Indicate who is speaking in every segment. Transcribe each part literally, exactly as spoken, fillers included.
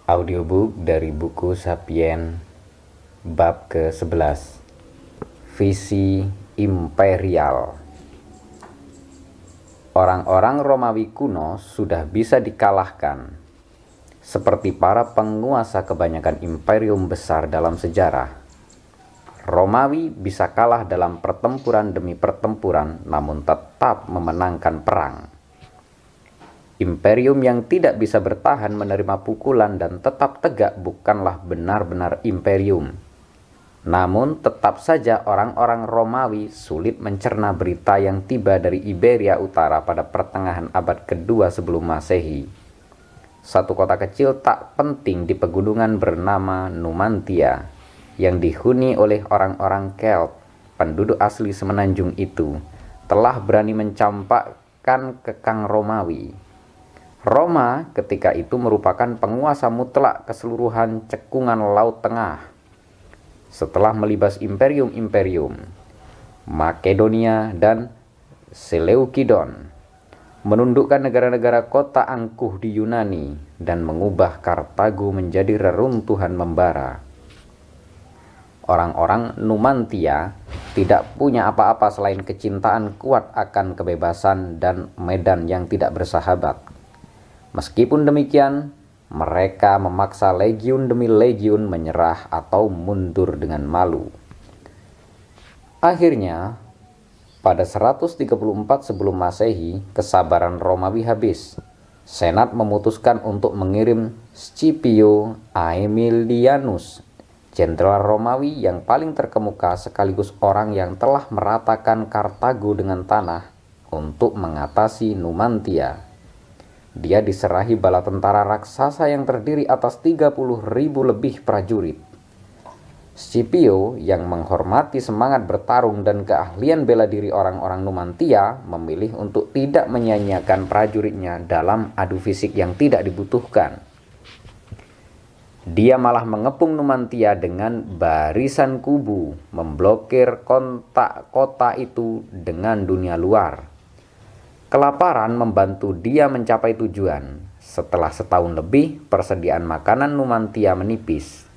Speaker 1: Audiobook dari buku Sapien bab ke sebelas, Visi Imperial. Orang-orang Romawi kuno sudah bisa dikalahkan, seperti para penguasa kebanyakan imperium besar dalam sejarah. Romawi bisa kalah dalam pertempuran demi pertempuran, namun tetap memenangkan perang. Imperium yang tidak bisa bertahan menerima pukulan dan tetap tegak bukanlah benar-benar imperium. Namun tetap saja orang-orang Romawi sulit mencerna berita yang tiba dari Iberia Utara pada pertengahan abad kedua sebelum Masehi. Satu kota kecil tak penting di pegunungan bernama Numantia yang dihuni oleh orang-orang Celt, penduduk asli semenanjung itu, telah berani mencampakkan kekang Romawi. Roma ketika itu merupakan penguasa mutlak keseluruhan cekungan Laut Tengah. Setelah melibas imperium-imperium Makedonia dan Seleukidon, menundukkan negara-negara kota angkuh di Yunani, dan mengubah Kartago menjadi reruntuhan membara. Orang-orang Numantia tidak punya apa-apa selain kecintaan kuat akan kebebasan dan medan yang tidak bersahabat. Meskipun demikian, mereka memaksa legiun demi legiun menyerah atau mundur dengan malu. Akhirnya, pada seratus tiga puluh empat sebelum Masehi, kesabaran Romawi habis. Senat memutuskan untuk mengirim Scipio Aemilianus, jenderal Romawi yang paling terkemuka sekaligus orang yang telah meratakan Kartago dengan tanah, untuk mengatasi Numantia. Dia diserahi bala tentara raksasa yang terdiri atas tiga puluh ribu lebih prajurit. Scipio yang menghormati semangat bertarung dan keahlian bela diri orang-orang Numantia memilih untuk tidak menyia-nyiakan prajuritnya dalam adu fisik yang tidak dibutuhkan. Dia malah mengepung Numantia dengan barisan kubu, memblokir kontak kota itu dengan dunia luar. Kelaparan membantu dia mencapai tujuan. Setelah setahun lebih, persediaan makanan Numantia menipis.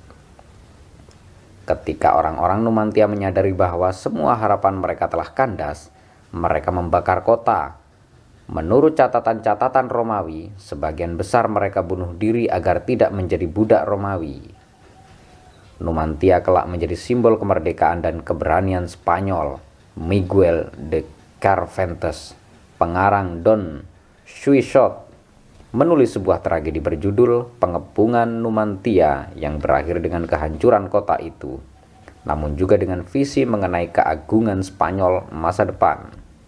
Speaker 1: Ketika orang-orang Numantia menyadari bahwa semua harapan mereka telah kandas, mereka membakar kota. Menurut catatan-catatan Romawi, sebagian besar mereka bunuh diri agar tidak menjadi budak Romawi. Numantia kelak menjadi simbol kemerdekaan dan keberanian Spanyol. Miguel de Cervantes, pengarang Don Quixote, menulis sebuah tragedi berjudul Pengepungan Numantia yang berakhir dengan kehancuran kota itu, namun juga dengan visi mengenai keagungan Spanyol masa depan.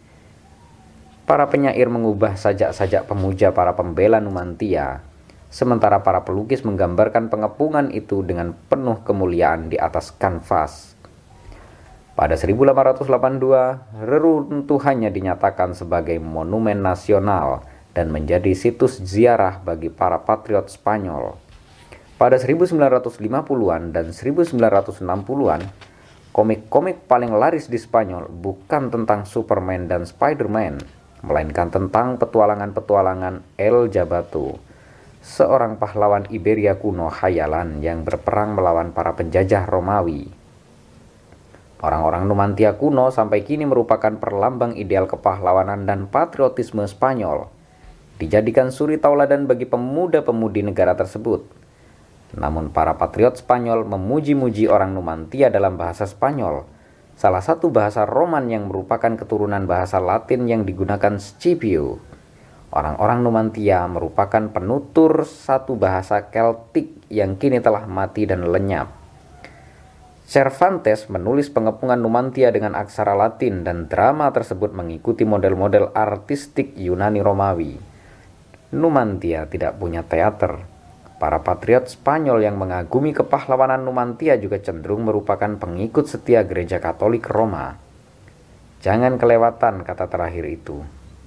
Speaker 1: Para penyair mengubah sajak-sajak pemuja para pembela Numantia, sementara para pelukis menggambarkan pengepungan itu dengan penuh kemuliaan di atas kanvas. Pada seribu delapan ratus delapan puluh dua, reruntuhannya dinyatakan sebagai monumen nasional dan menjadi situs ziarah bagi para patriot Spanyol. Pada seribu sembilan ratus lima puluhan dan seribu sembilan ratus enam puluhan, komik-komik paling laris di Spanyol bukan tentang Superman dan Spider-Man, melainkan tentang petualangan-petualangan El Jabato, seorang pahlawan Iberia kuno khayalan yang berperang melawan para penjajah Romawi. Orang-orang Numantia kuno sampai kini merupakan perlambang ideal kepahlawanan dan patriotisme Spanyol, dijadikan suri tauladan bagi pemuda-pemudi negara tersebut. Namun para patriot Spanyol memuji-muji orang Numantia dalam bahasa Spanyol, salah satu bahasa Roman yang merupakan keturunan bahasa Latin yang digunakan Scipio. Orang-orang Numantia merupakan penutur satu bahasa Keltik yang kini telah mati dan lenyap. Cervantes menulis Pengepungan Numantia dengan aksara Latin dan drama tersebut mengikuti model-model artistik Yunani Romawi. Numantia tidak punya teater. Para patriot Spanyol yang mengagumi kepahlawanan Numantia juga cenderung merupakan pengikut setia Gereja Katolik Roma. Jangan kelewatan kata terakhir itu.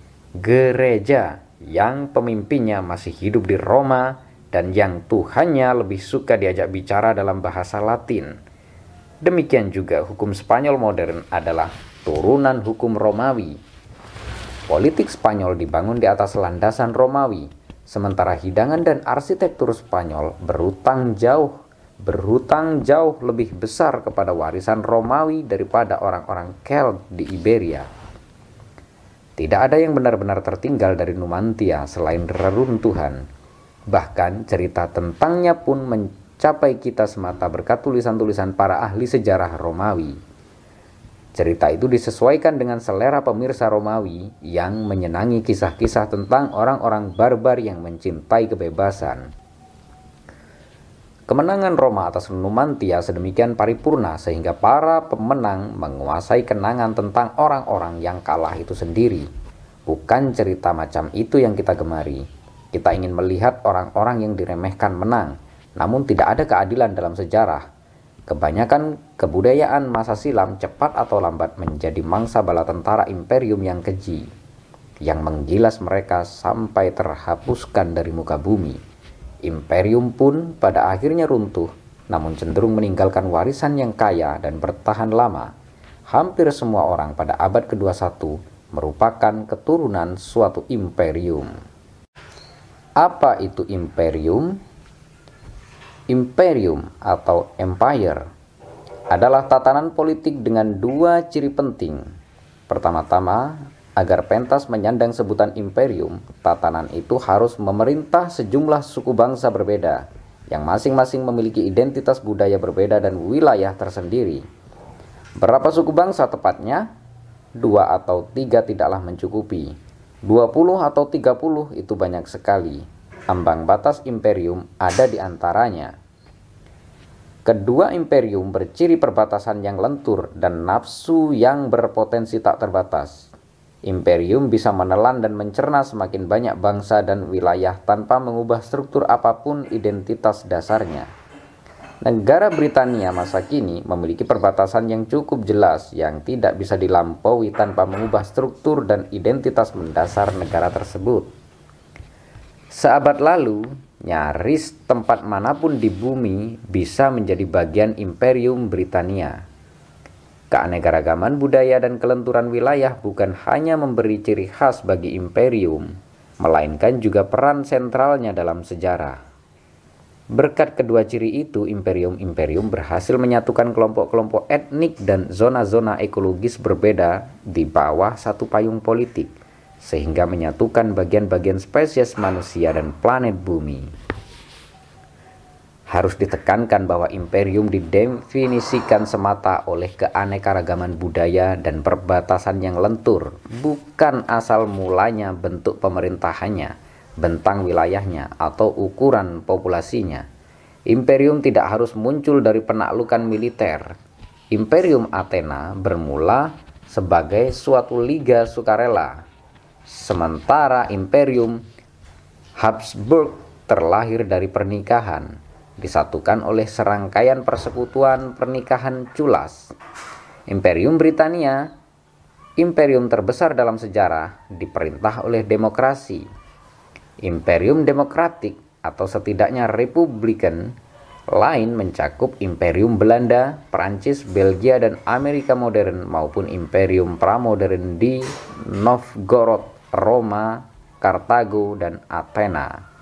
Speaker 1: Gereja yang pemimpinnya masih hidup di Roma dan yang Tuhannya lebih suka diajak bicara dalam bahasa Latin. Demikian juga hukum Spanyol modern adalah turunan hukum Romawi. Politik Spanyol dibangun di atas landasan Romawi. sementara hidangan dan arsitektur Spanyol berutang jauh berhutang jauh lebih besar kepada warisan Romawi daripada orang-orang Celt di Iberia. Tidak ada yang benar-benar tertinggal dari Numantia selain reruntuhan. Bahkan cerita tentangnya pun mencapai kita semata berkat tulisan-tulisan para ahli sejarah Romawi. Cerita itu disesuaikan dengan selera pemirsa Romawi yang menyenangi kisah-kisah tentang orang-orang barbar yang mencintai kebebasan. Kemenangan Roma atas Numantia sedemikian paripurna sehingga para pemenang menguasai kenangan tentang orang-orang yang kalah itu sendiri. Bukan cerita macam itu yang kita gemari. Kita ingin melihat orang-orang yang diremehkan menang, namun tidak ada keadilan dalam sejarah. Kebanyakan kebudayaan masa silam cepat atau lambat menjadi mangsa bala tentara imperium yang keji, yang menggilas mereka sampai terhapuskan dari muka bumi. Imperium pun pada akhirnya runtuh, namun cenderung meninggalkan warisan yang kaya dan bertahan lama. Hampir semua orang pada abad kedua puluh satu merupakan keturunan suatu imperium. Apa itu imperium? Imperium atau empire adalah tatanan politik dengan dua ciri penting. Pertama-tama, agar pentas menyandang sebutan imperium, tatanan itu harus memerintah sejumlah suku bangsa berbeda, yang masing-masing memiliki identitas budaya berbeda dan wilayah tersendiri. Berapa suku bangsa tepatnya? Dua atau tiga tidaklah mencukupi. Dua puluh atau tiga puluh itu banyak sekali. Ambang batas imperium ada di antaranya. Kedua imperium berciri perbatasan yang lentur dan nafsu yang berpotensi tak terbatas. Imperium bisa menelan dan mencerna semakin banyak bangsa dan wilayah tanpa mengubah struktur apapun identitas dasarnya. Negara Britania masa kini memiliki perbatasan yang cukup jelas yang tidak bisa dilampaui tanpa mengubah struktur dan identitas mendasar negara tersebut. Seabad lalu, nyaris tempat manapun di bumi bisa menjadi bagian Imperium Britania. Keanekaragaman budaya dan kelenturan wilayah bukan hanya memberi ciri khas bagi imperium, melainkan juga peran sentralnya dalam sejarah. Berkat kedua ciri itu, imperium-imperium berhasil menyatukan kelompok-kelompok etnik dan zona-zona ekologis berbeda di bawah satu payung politik, sehingga menyatukan bagian-bagian spesies manusia dan planet bumi. Harus ditekankan bahwa imperium didefinisikan semata oleh keanekaragaman budaya dan perbatasan yang lentur, bukan asal mulanya bentuk pemerintahannya, bentang wilayahnya, atau ukuran populasinya. Imperium tidak harus muncul dari penaklukan militer. Imperium Athena bermula sebagai suatu liga sukarela, sementara Imperium Habsburg terlahir dari pernikahan, disatukan oleh serangkaian persekutuan pernikahan culas. Imperium Britania, imperium terbesar dalam sejarah, diperintah oleh demokrasi. Imperium demokratik atau setidaknya republikan lain mencakup Imperium Belanda, Prancis, Belgia, dan Amerika modern maupun Imperium pramodern di Novgorod, Roma, Kartago, dan Athena.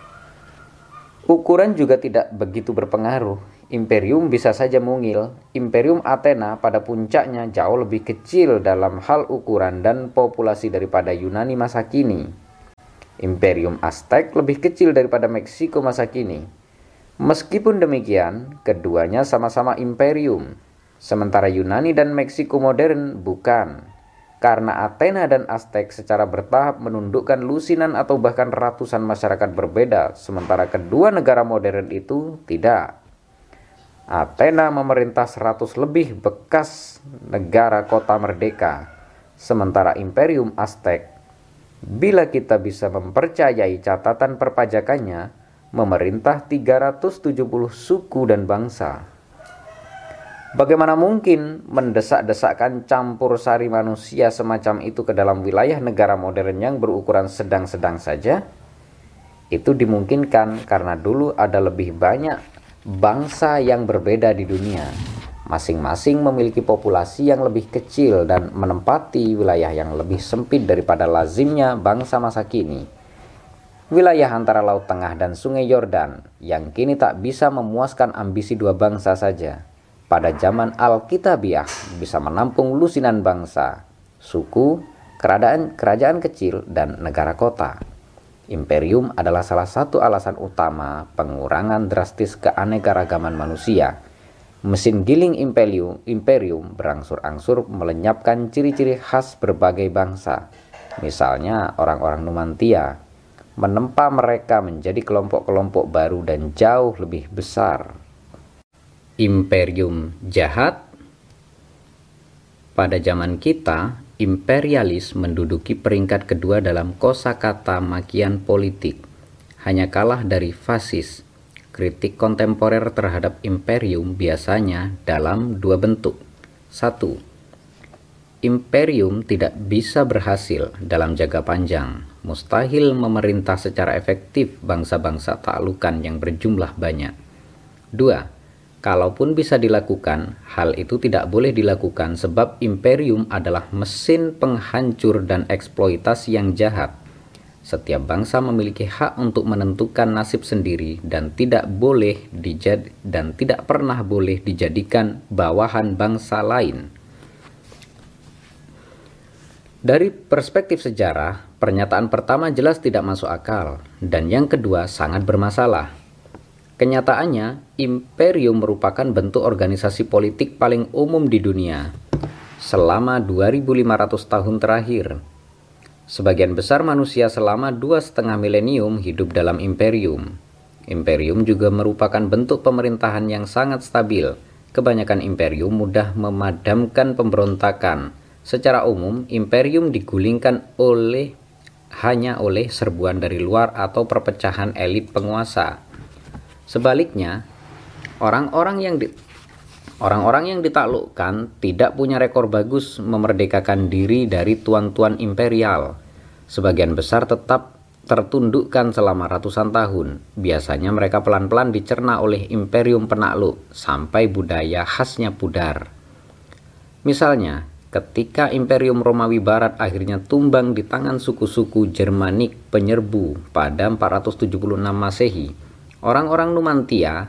Speaker 1: Ukuran juga tidak begitu berpengaruh. Imperium bisa saja mungil. Imperium Athena pada puncaknya jauh lebih kecil dalam hal ukuran dan populasi daripada Yunani masa kini. Imperium Aztec lebih kecil daripada Meksiko masa kini. Meskipun demikian, keduanya sama-sama imperium, sementara Yunani dan Meksiko modern bukan. Karena Athena dan Aztec secara bertahap menundukkan lusinan atau bahkan ratusan masyarakat berbeda, sementara kedua negara modern itu tidak. Athena memerintah seratus lebih bekas negara kota merdeka, sementara Imperium Aztec, bila kita bisa mempercayai catatan perpajakannya, memerintah tiga ratus tujuh puluh suku dan bangsa. Bagaimana mungkin mendesak-desakkan campur sari manusia semacam itu ke dalam wilayah negara modern yang berukuran sedang-sedang saja? Itu dimungkinkan karena dulu ada lebih banyak bangsa yang berbeda di dunia. Masing-masing memiliki populasi yang lebih kecil dan menempati wilayah yang lebih sempit daripada lazimnya bangsa masa kini. Wilayah antara Laut Tengah dan Sungai Yordan yang kini tak bisa memuaskan ambisi dua bangsa saja, pada zaman Alkitabiah bisa menampung lusinan bangsa, suku, kerajaan, kerajaan kecil, dan negara kota. Imperium adalah salah satu alasan utama pengurangan drastis keanekaragaman manusia. Mesin giling imperium, imperium berangsur-angsur melenyapkan ciri-ciri khas berbagai bangsa. Misalnya orang-orang Numantia, menempa mereka menjadi kelompok-kelompok baru dan jauh lebih besar. Imperium jahat. Pada zaman kita, imperialis menduduki peringkat kedua dalam kosakata makian politik, hanya kalah dari fasis. Kritik kontemporer terhadap imperium biasanya dalam dua bentuk. Satu, imperium tidak bisa berhasil dalam jangka panjang, mustahil memerintah secara efektif bangsa-bangsa taklukan yang berjumlah banyak. Dua, kalaupun bisa dilakukan, hal itu tidak boleh dilakukan sebab imperium adalah mesin penghancur dan eksploitasi yang jahat. Setiap bangsa memiliki hak untuk menentukan nasib sendiri dan tidak boleh dijad dan tidak pernah boleh dijadikan bawahan bangsa lain. Dari perspektif sejarah, pernyataan pertama jelas tidak masuk akal, dan yang kedua sangat bermasalah. Kenyataannya, imperium merupakan bentuk organisasi politik paling umum di dunia selama dua ribu lima ratus tahun terakhir. Sebagian besar manusia selama dua setengah milenium hidup dalam imperium. Imperium juga merupakan bentuk pemerintahan yang sangat stabil. Kebanyakan imperium mudah memadamkan pemberontakan. Secara umum, imperium digulingkan oleh hanya oleh serbuan dari luar atau perpecahan elit penguasa. Sebaliknya, orang-orang yang di, orang-orang yang ditaklukkan tidak punya rekor bagus memerdekakan diri dari tuan-tuan imperial. Sebagian besar tetap tertundukkan selama ratusan tahun. Biasanya mereka pelan-pelan dicerna oleh imperium penakluk sampai budaya khasnya pudar. Misalnya, ketika Imperium Romawi Barat akhirnya tumbang di tangan suku-suku Germanik penyerbu pada empat ratus tujuh puluh enam Masehi, orang-orang Numantia,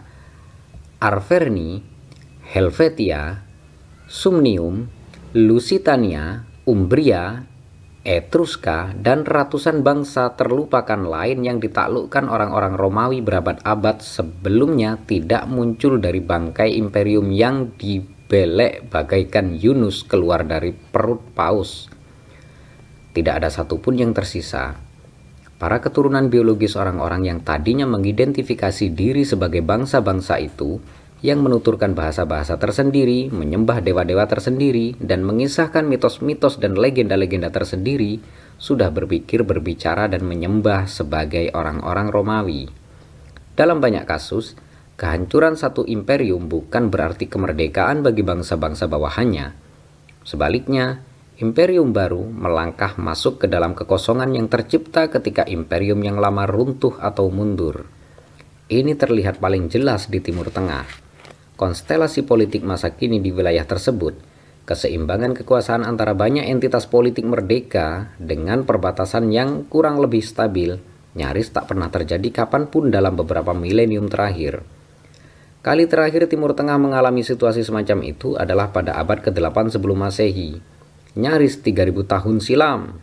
Speaker 1: Arverni, Helvetia, Sumnium, Lusitania, Umbria, Etruska, dan ratusan bangsa terlupakan lain yang ditaklukkan orang-orang Romawi berabad-abad sebelumnya tidak muncul dari bangkai imperium yang dibelek bagaikan Yunus keluar dari perut paus. Tidak ada satupun yang tersisa. Para keturunan biologis orang-orang yang tadinya mengidentifikasi diri sebagai bangsa-bangsa itu, yang menuturkan bahasa-bahasa tersendiri, menyembah dewa-dewa tersendiri, dan mengisahkan mitos-mitos dan legenda-legenda tersendiri, sudah berpikir, berbicara, dan menyembah sebagai orang-orang Romawi. Dalam banyak kasus, kehancuran satu imperium bukan berarti kemerdekaan bagi bangsa-bangsa bawahannya. Sebaliknya, imperium baru melangkah masuk ke dalam kekosongan yang tercipta ketika imperium yang lama runtuh atau mundur. Ini terlihat paling jelas di Timur Tengah. Konstelasi politik masa kini di wilayah tersebut, keseimbangan kekuasaan antara banyak entitas politik merdeka dengan perbatasan yang kurang lebih stabil, nyaris tak pernah terjadi kapanpun dalam beberapa milenium terakhir. Kali terakhir Timur Tengah mengalami situasi semacam itu adalah pada abad kedelapan sebelum Masehi, nyaris tiga ribu tahun silam.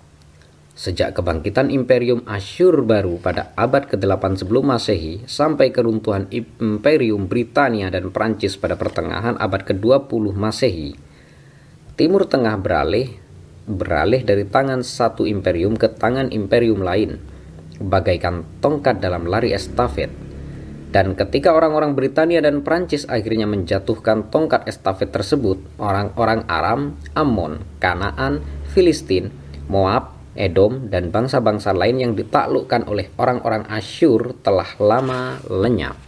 Speaker 1: Sejak kebangkitan Imperium Asyur baru pada abad kedelapan sebelum Masehi sampai keruntuhan Imperium Britania dan Prancis pada pertengahan abad kedua puluh Masehi, Timur Tengah beralih beralih dari tangan satu imperium ke tangan imperium lain, bagaikan tongkat dalam lari estafet. Dan ketika orang-orang Britania dan Prancis akhirnya menjatuhkan tongkat estafet tersebut, orang-orang Aram, Ammon, Kanaan, Filistin, Moab, Edom, dan bangsa-bangsa lain yang ditaklukkan oleh orang-orang Asyur telah lama lenyap.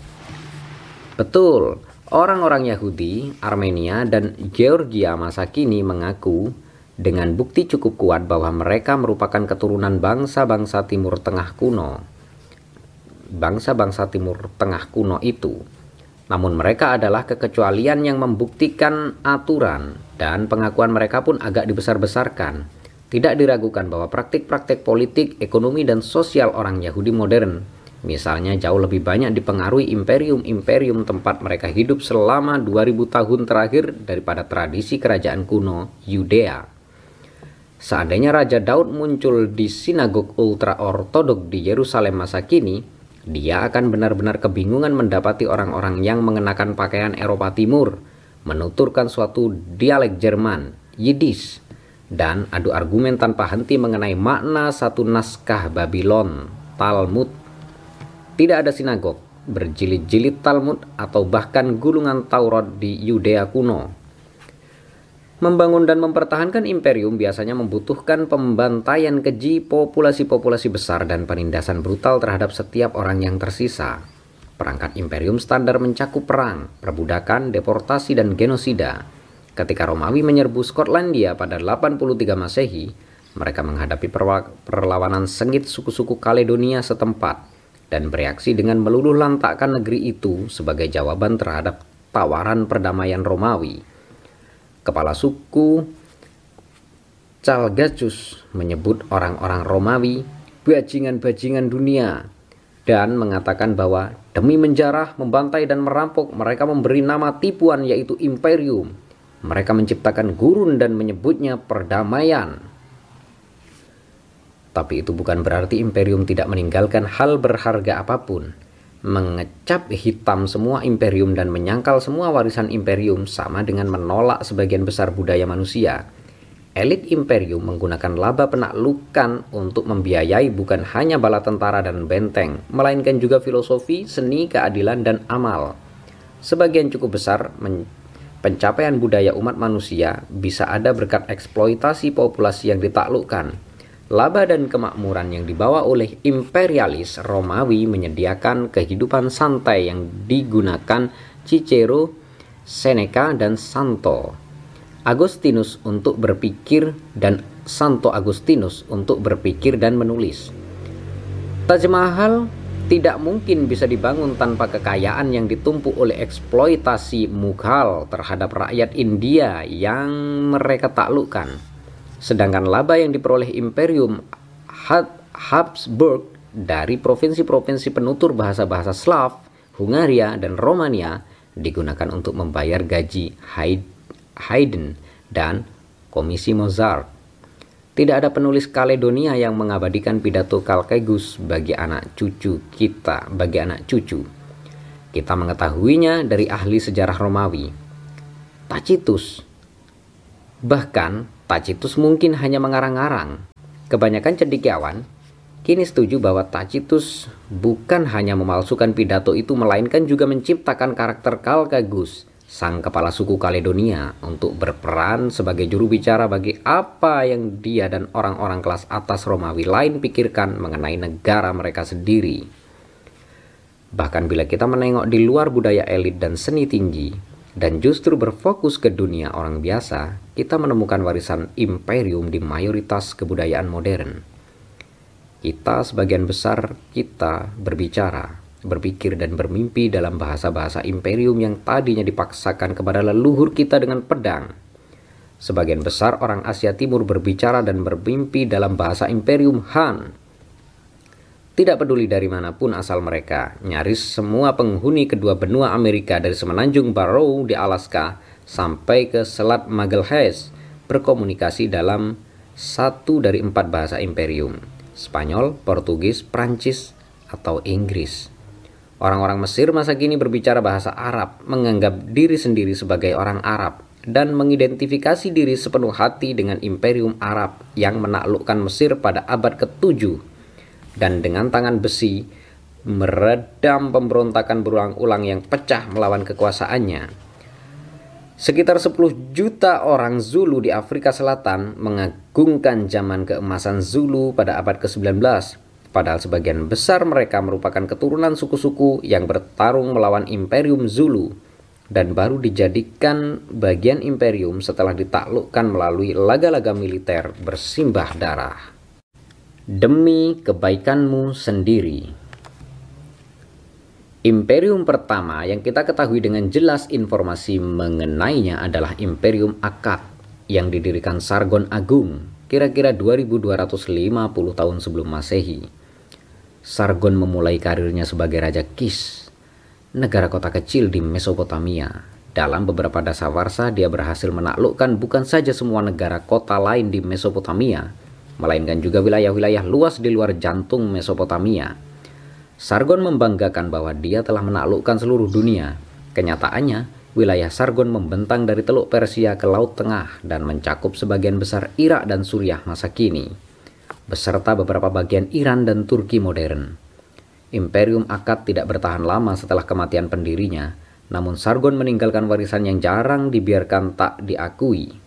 Speaker 1: Betul, orang-orang Yahudi, Armenia, dan Georgia masa kini mengaku dengan bukti cukup kuat bahwa mereka merupakan keturunan bangsa-bangsa Timur Tengah kuno. Bangsa-bangsa Timur Tengah kuno itu. Namun mereka adalah kekecualian yang membuktikan aturan, dan pengakuan mereka pun agak dibesar-besarkan. Tidak diragukan bahwa praktik-praktik politik, ekonomi, dan sosial orang Yahudi modern, misalnya jauh lebih banyak dipengaruhi imperium-imperium tempat mereka hidup selama dua ribu tahun terakhir daripada tradisi kerajaan kuno Yudea. Seandainya Raja Daud muncul di sinagog ultra-ortodok di Yerusalem masa kini, dia akan benar-benar kebingungan mendapati orang-orang yang mengenakan pakaian Eropa Timur, menuturkan suatu dialek Jerman, Yiddish, dan adu argumen tanpa henti mengenai makna satu naskah Babylon, Talmud. Tidak ada sinagog, berjilid-jilid Talmud, atau bahkan gulungan Taurat di Yudea kuno. Membangun dan mempertahankan imperium biasanya membutuhkan pembantaian keji populasi-populasi besar dan penindasan brutal terhadap setiap orang yang tersisa. Perangkat imperium standar mencakup perang, perbudakan, deportasi, dan genosida. Ketika Romawi menyerbu Skotlandia pada delapan puluh tiga Masehi, mereka menghadapi perlawanan sengit suku-suku Kaledonia setempat dan bereaksi dengan meluluh lantakkan negeri itu sebagai jawaban terhadap tawaran perdamaian Romawi. Kepala suku Calgacus menyebut orang-orang Romawi bajingan-bajingan dunia dan mengatakan bahwa demi menjarah, membantai, dan merampok mereka memberi nama tipuan yaitu imperium. Mereka menciptakan gurun dan menyebutnya perdamaian. Tapi itu bukan berarti imperium tidak meninggalkan hal berharga apapun. Mengecap hitam semua imperium dan menyangkal semua warisan imperium sama dengan menolak sebagian besar budaya manusia. Elit imperium menggunakan laba penaklukan untuk membiayai bukan hanya bala tentara dan benteng, melainkan juga filosofi, seni, keadilan, dan amal. Sebagian cukup besar pencapaian budaya umat manusia bisa ada berkat eksploitasi populasi yang ditaklukkan. Laba dan kemakmuran yang dibawa oleh imperialis Romawi menyediakan kehidupan santai yang digunakan Cicero, Seneca, dan Santo Agustinus untuk berpikir dan Santo Agustinus untuk berpikir dan menulis. Taj Mahal tidak mungkin bisa dibangun tanpa kekayaan yang ditumpuk oleh eksploitasi Mughal terhadap rakyat India yang mereka taklukkan. Sedangkan laba yang diperoleh Imperium Habsburg dari provinsi-provinsi penutur bahasa-bahasa Slav, Hungaria, dan Romania digunakan untuk membayar gaji Haydn dan komisi Mozart. Tidak ada penulis Kaledonia yang mengabadikan pidato Calgacus bagi anak cucu kita, bagi anak cucu. Kita mengetahuinya dari ahli sejarah Romawi, Tacitus. Bahkan Tacitus mungkin hanya mengarang-arang. Kebanyakan cendekiawan kini setuju bahwa Tacitus bukan hanya memalsukan pidato itu, melainkan juga menciptakan karakter Calgacus, sang kepala suku Kaledonia, untuk berperan sebagai juru bicara bagi apa yang dia dan orang-orang kelas atas Romawi lain pikirkan mengenai negara mereka sendiri. Bahkan bila kita menengok di luar budaya elit dan seni tinggi, dan justru berfokus ke dunia orang biasa, kita menemukan warisan imperium di mayoritas kebudayaan modern. Kita, sebagian besar kita, berbicara, berpikir, dan bermimpi dalam bahasa-bahasa imperium yang tadinya dipaksakan kepada leluhur kita dengan pedang. Sebagian besar orang Asia Timur berbicara dan bermimpi dalam bahasa imperium Han. Tidak peduli dari manapun asal mereka, nyaris semua penghuni kedua benua Amerika dari semenanjung Barrow di Alaska sampai ke Selat Magalhães berkomunikasi dalam satu dari empat bahasa imperium: Spanyol, Portugis, Prancis, atau Inggris. Orang-orang Mesir masa kini berbicara bahasa Arab, menganggap diri sendiri sebagai orang Arab, dan mengidentifikasi diri sepenuh hati dengan Imperium Arab yang menaklukkan Mesir pada abad ketujuh, dan dengan tangan besi meredam pemberontakan berulang-ulang yang pecah melawan kekuasaannya. Sekitar sepuluh juta orang Zulu di Afrika Selatan mengagungkan zaman keemasan Zulu pada abad ke sembilan belas. Padahal sebagian besar mereka merupakan keturunan suku-suku yang bertarung melawan Imperium Zulu dan baru dijadikan bagian imperium setelah ditaklukkan melalui laga-laga militer bersimbah darah. Demi kebaikanmu sendiri. Imperium pertama yang kita ketahui dengan jelas informasi mengenainya adalah Imperium Akkad yang didirikan Sargon Agung kira-kira dua ribu dua ratus lima puluh tahun sebelum Masehi. Sargon memulai karirnya sebagai Raja Kish, negara kota kecil di Mesopotamia. Dalam beberapa dasawarsa dia berhasil menaklukkan bukan saja semua negara kota lain di Mesopotamia, melainkan juga wilayah-wilayah luas di luar jantung Mesopotamia. Sargon membanggakan bahwa dia telah menaklukkan seluruh dunia. Kenyataannya, wilayah Sargon membentang dari Teluk Persia ke Laut Tengah dan mencakup sebagian besar Irak dan Suriah masa kini, beserta beberapa bagian Iran dan Turki modern. Imperium Akkad tidak bertahan lama setelah kematian pendirinya, namun Sargon meninggalkan warisan yang jarang dibiarkan tak diakui.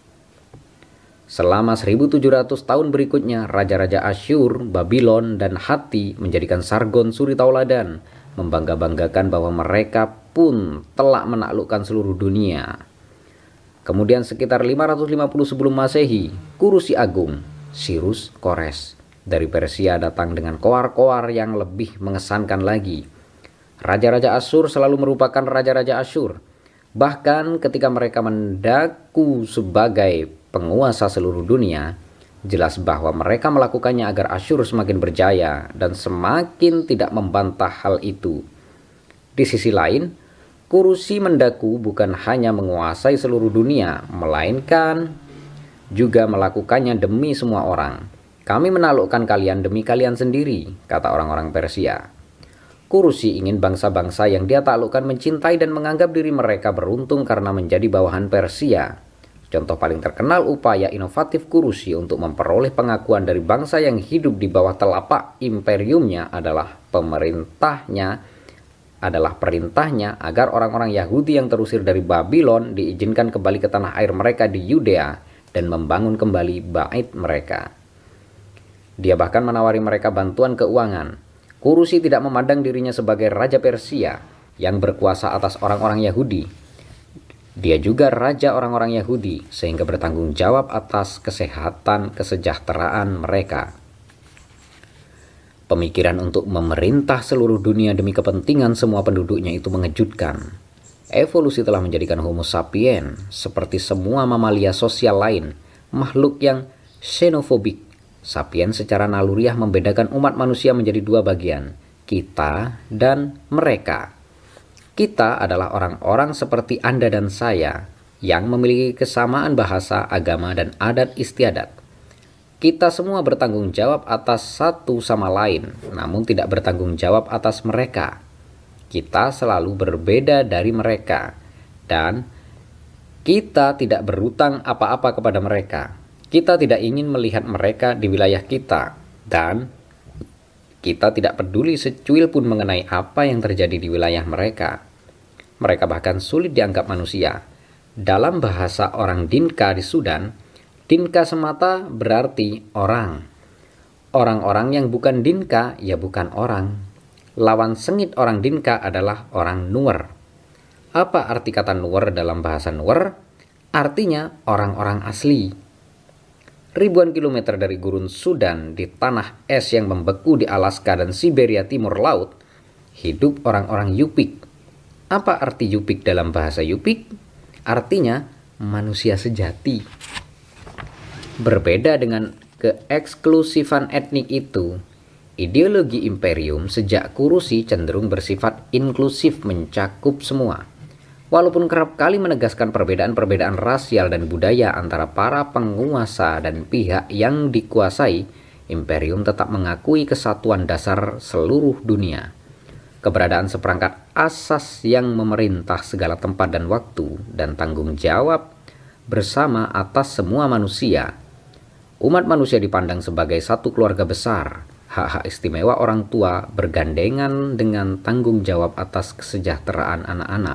Speaker 1: Selama seribu tujuh ratus tahun berikutnya, raja-raja Asyur, Babylon, dan Hatti menjadikan Sargon suri tauladan, membangga-banggakan bahwa mereka pun telah menaklukkan seluruh dunia. Kemudian sekitar lima ratus lima puluh sebelum Masehi, Kurusi Agung, Cyrus Kores, dari Persia datang dengan koar-koar yang lebih mengesankan lagi. Raja-raja Asyur selalu merupakan raja-raja Asyur. Bahkan ketika mereka mendaku sebagai penguasa seluruh dunia, jelas bahwa mereka melakukannya agar Asyur semakin berjaya dan semakin tidak membantah hal itu. Di sisi lain, Kurusi mendaku bukan hanya menguasai seluruh dunia, melainkan juga melakukannya demi semua orang. Kami menaklukkan kalian demi kalian sendiri, kata orang-orang Persia. Kurusi ingin bangsa-bangsa yang dia taklukkan mencintai dan menganggap diri mereka beruntung karena menjadi bawahan Persia. Contoh paling terkenal upaya inovatif Kurusi untuk memperoleh pengakuan dari bangsa yang hidup di bawah telapak imperiumnya adalah pemerintahnya adalah perintahnya agar orang-orang Yahudi yang terusir dari Babylon diizinkan kembali ke tanah air mereka di Yudea dan membangun kembali bait mereka. Dia bahkan menawari mereka bantuan keuangan. Kurusi tidak memandang dirinya sebagai Raja Persia yang berkuasa atas orang-orang Yahudi. Dia juga raja orang-orang Yahudi, sehingga bertanggung jawab atas kesehatan kesejahteraan mereka. Pemikiran untuk memerintah seluruh dunia demi kepentingan semua penduduknya itu mengejutkan. Evolusi telah menjadikan Homo sapiens seperti semua mamalia sosial lain, makhluk yang xenofobik. Sapiens secara naluriah membedakan umat manusia menjadi dua bagian, kita dan mereka. Kita adalah orang-orang seperti Anda dan saya yang memiliki kesamaan bahasa, agama, dan adat istiadat. Kita semua bertanggung jawab atas satu sama lain, namun tidak bertanggung jawab atas mereka. Kita selalu berbeda dari mereka, dan kita tidak berutang apa-apa kepada mereka. Kita tidak ingin melihat mereka di wilayah kita, dan kita tidak peduli secuil pun mengenai apa yang terjadi di wilayah mereka. Mereka bahkan sulit dianggap manusia. Dalam bahasa orang Dinka di Sudan, Dinka semata berarti orang. Orang-orang yang bukan Dinka ya bukan orang. Lawan sengit orang Dinka adalah orang Nuer. Apa arti kata Nuer dalam bahasa Nuer? Artinya orang-orang asli. Ribuan kilometer dari gurun Sudan di tanah es yang membeku di Alaska dan Siberia timur laut, hidup orang-orang Yupik. Apa arti Yupik dalam bahasa Yupik? Artinya manusia sejati. Berbeda dengan keeksklusifan etnik itu, ideologi imperium sejak Kurusi cenderung bersifat inklusif, mencakup semua. Walaupun kerap kali menegaskan perbedaan-perbedaan rasial dan budaya antara para penguasa dan pihak yang dikuasai, imperium tetap mengakui kesatuan dasar seluruh dunia. Keberadaan seperangkat asas yang memerintah segala tempat dan waktu, dan tanggung jawab bersama atas semua manusia. Umat manusia dipandang sebagai satu keluarga besar. Hak-hak istimewa orang tua bergandengan dengan tanggung jawab atas kesejahteraan anak-anak.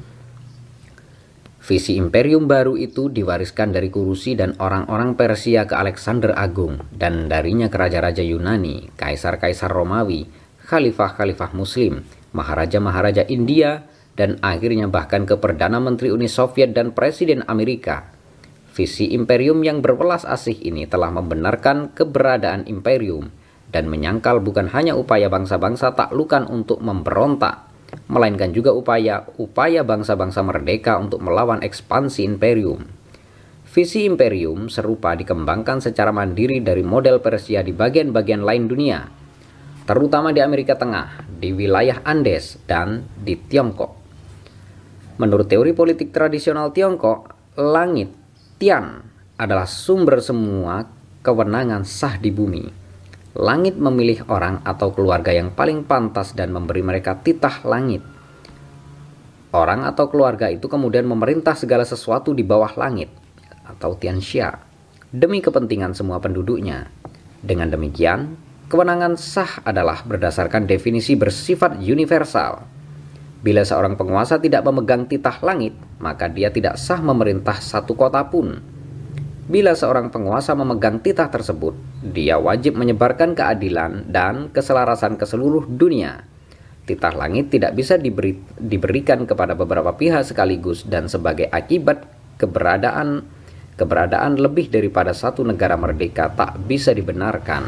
Speaker 1: Visi imperium baru itu diwariskan dari Kurusi dan orang-orang Persia ke Alexander Agung, dan darinya ke raja-raja Yunani, kaisar-kaisar Romawi, khalifah-khalifah Muslim, maharaja-maharaja India, dan akhirnya bahkan ke Perdana Menteri Uni Soviet dan Presiden Amerika. Visi imperium yang berwelas asih ini telah membenarkan keberadaan imperium dan menyangkal bukan hanya upaya bangsa-bangsa taklukan untuk memberontak, melainkan juga upaya-upaya bangsa-bangsa merdeka untuk melawan ekspansi imperium. Visi imperium serupa dikembangkan secara mandiri dari model Persia di bagian-bagian lain dunia, terutama di Amerika Tengah, di wilayah Andes, dan di Tiongkok. Menurut teori politik tradisional Tiongkok, langit, Tian, adalah sumber semua kewenangan sah di bumi. Langit memilih orang atau keluarga yang paling pantas dan memberi mereka titah langit. Orang atau keluarga itu kemudian memerintah segala sesuatu di bawah langit, atau Tianxia, demi kepentingan semua penduduknya. Dengan demikian, kewenangan sah adalah berdasarkan definisi bersifat universal. Bila seorang penguasa tidak memegang titah langit, maka dia tidak sah memerintah satu kota pun. Bila seorang penguasa memegang titah tersebut, dia wajib menyebarkan keadilan dan keselarasan ke seluruh dunia. Titah langit tidak bisa diberi, diberikan kepada beberapa pihak sekaligus, dan sebagai akibat keberadaan keberadaan lebih daripada satu negara merdeka tak bisa dibenarkan.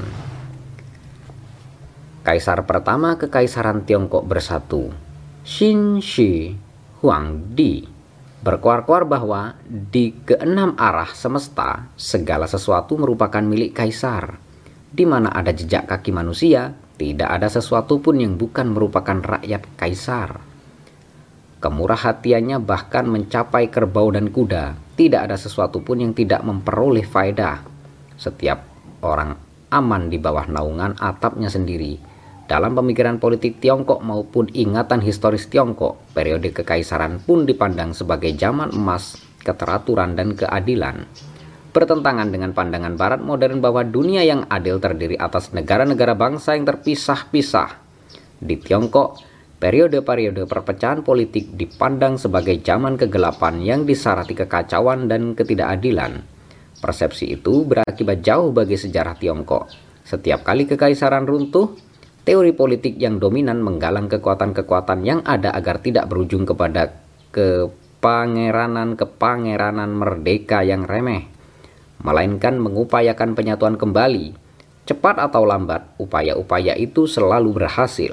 Speaker 1: Kaisar pertama Kekaisaran Tiongkok bersatu, Qin Shi Huangdi, berkoar-koar bahwa di keenam arah semesta segala sesuatu merupakan milik kaisar. Di mana ada jejak kaki manusia, tidak ada sesuatu pun yang bukan merupakan rakyat kaisar. Kemurah hatiannya bahkan mencapai kerbau dan kuda. Tidak ada sesuatu pun yang tidak memperoleh faedah. Setiap orang aman di bawah naungan atapnya sendiri. Dalam pemikiran politik Tiongkok maupun ingatan historis Tiongkok, periode kekaisaran pun dipandang sebagai zaman emas, keteraturan, dan keadilan. Bertentangan dengan pandangan barat modern bahwa dunia yang adil terdiri atas negara-negara bangsa yang terpisah-pisah. Di Tiongkok, periode-periode perpecahan politik dipandang sebagai zaman kegelapan yang disarati kekacauan dan ketidakadilan. Persepsi itu berakibat jauh bagi sejarah Tiongkok. Setiap kali kekaisaran runtuh, teori politik yang dominan menggalang kekuatan-kekuatan yang ada agar tidak berujung kepada kepangeranan-kepangeranan merdeka yang remeh, melainkan mengupayakan penyatuan kembali. Cepat atau lambat, upaya-upaya itu selalu berhasil.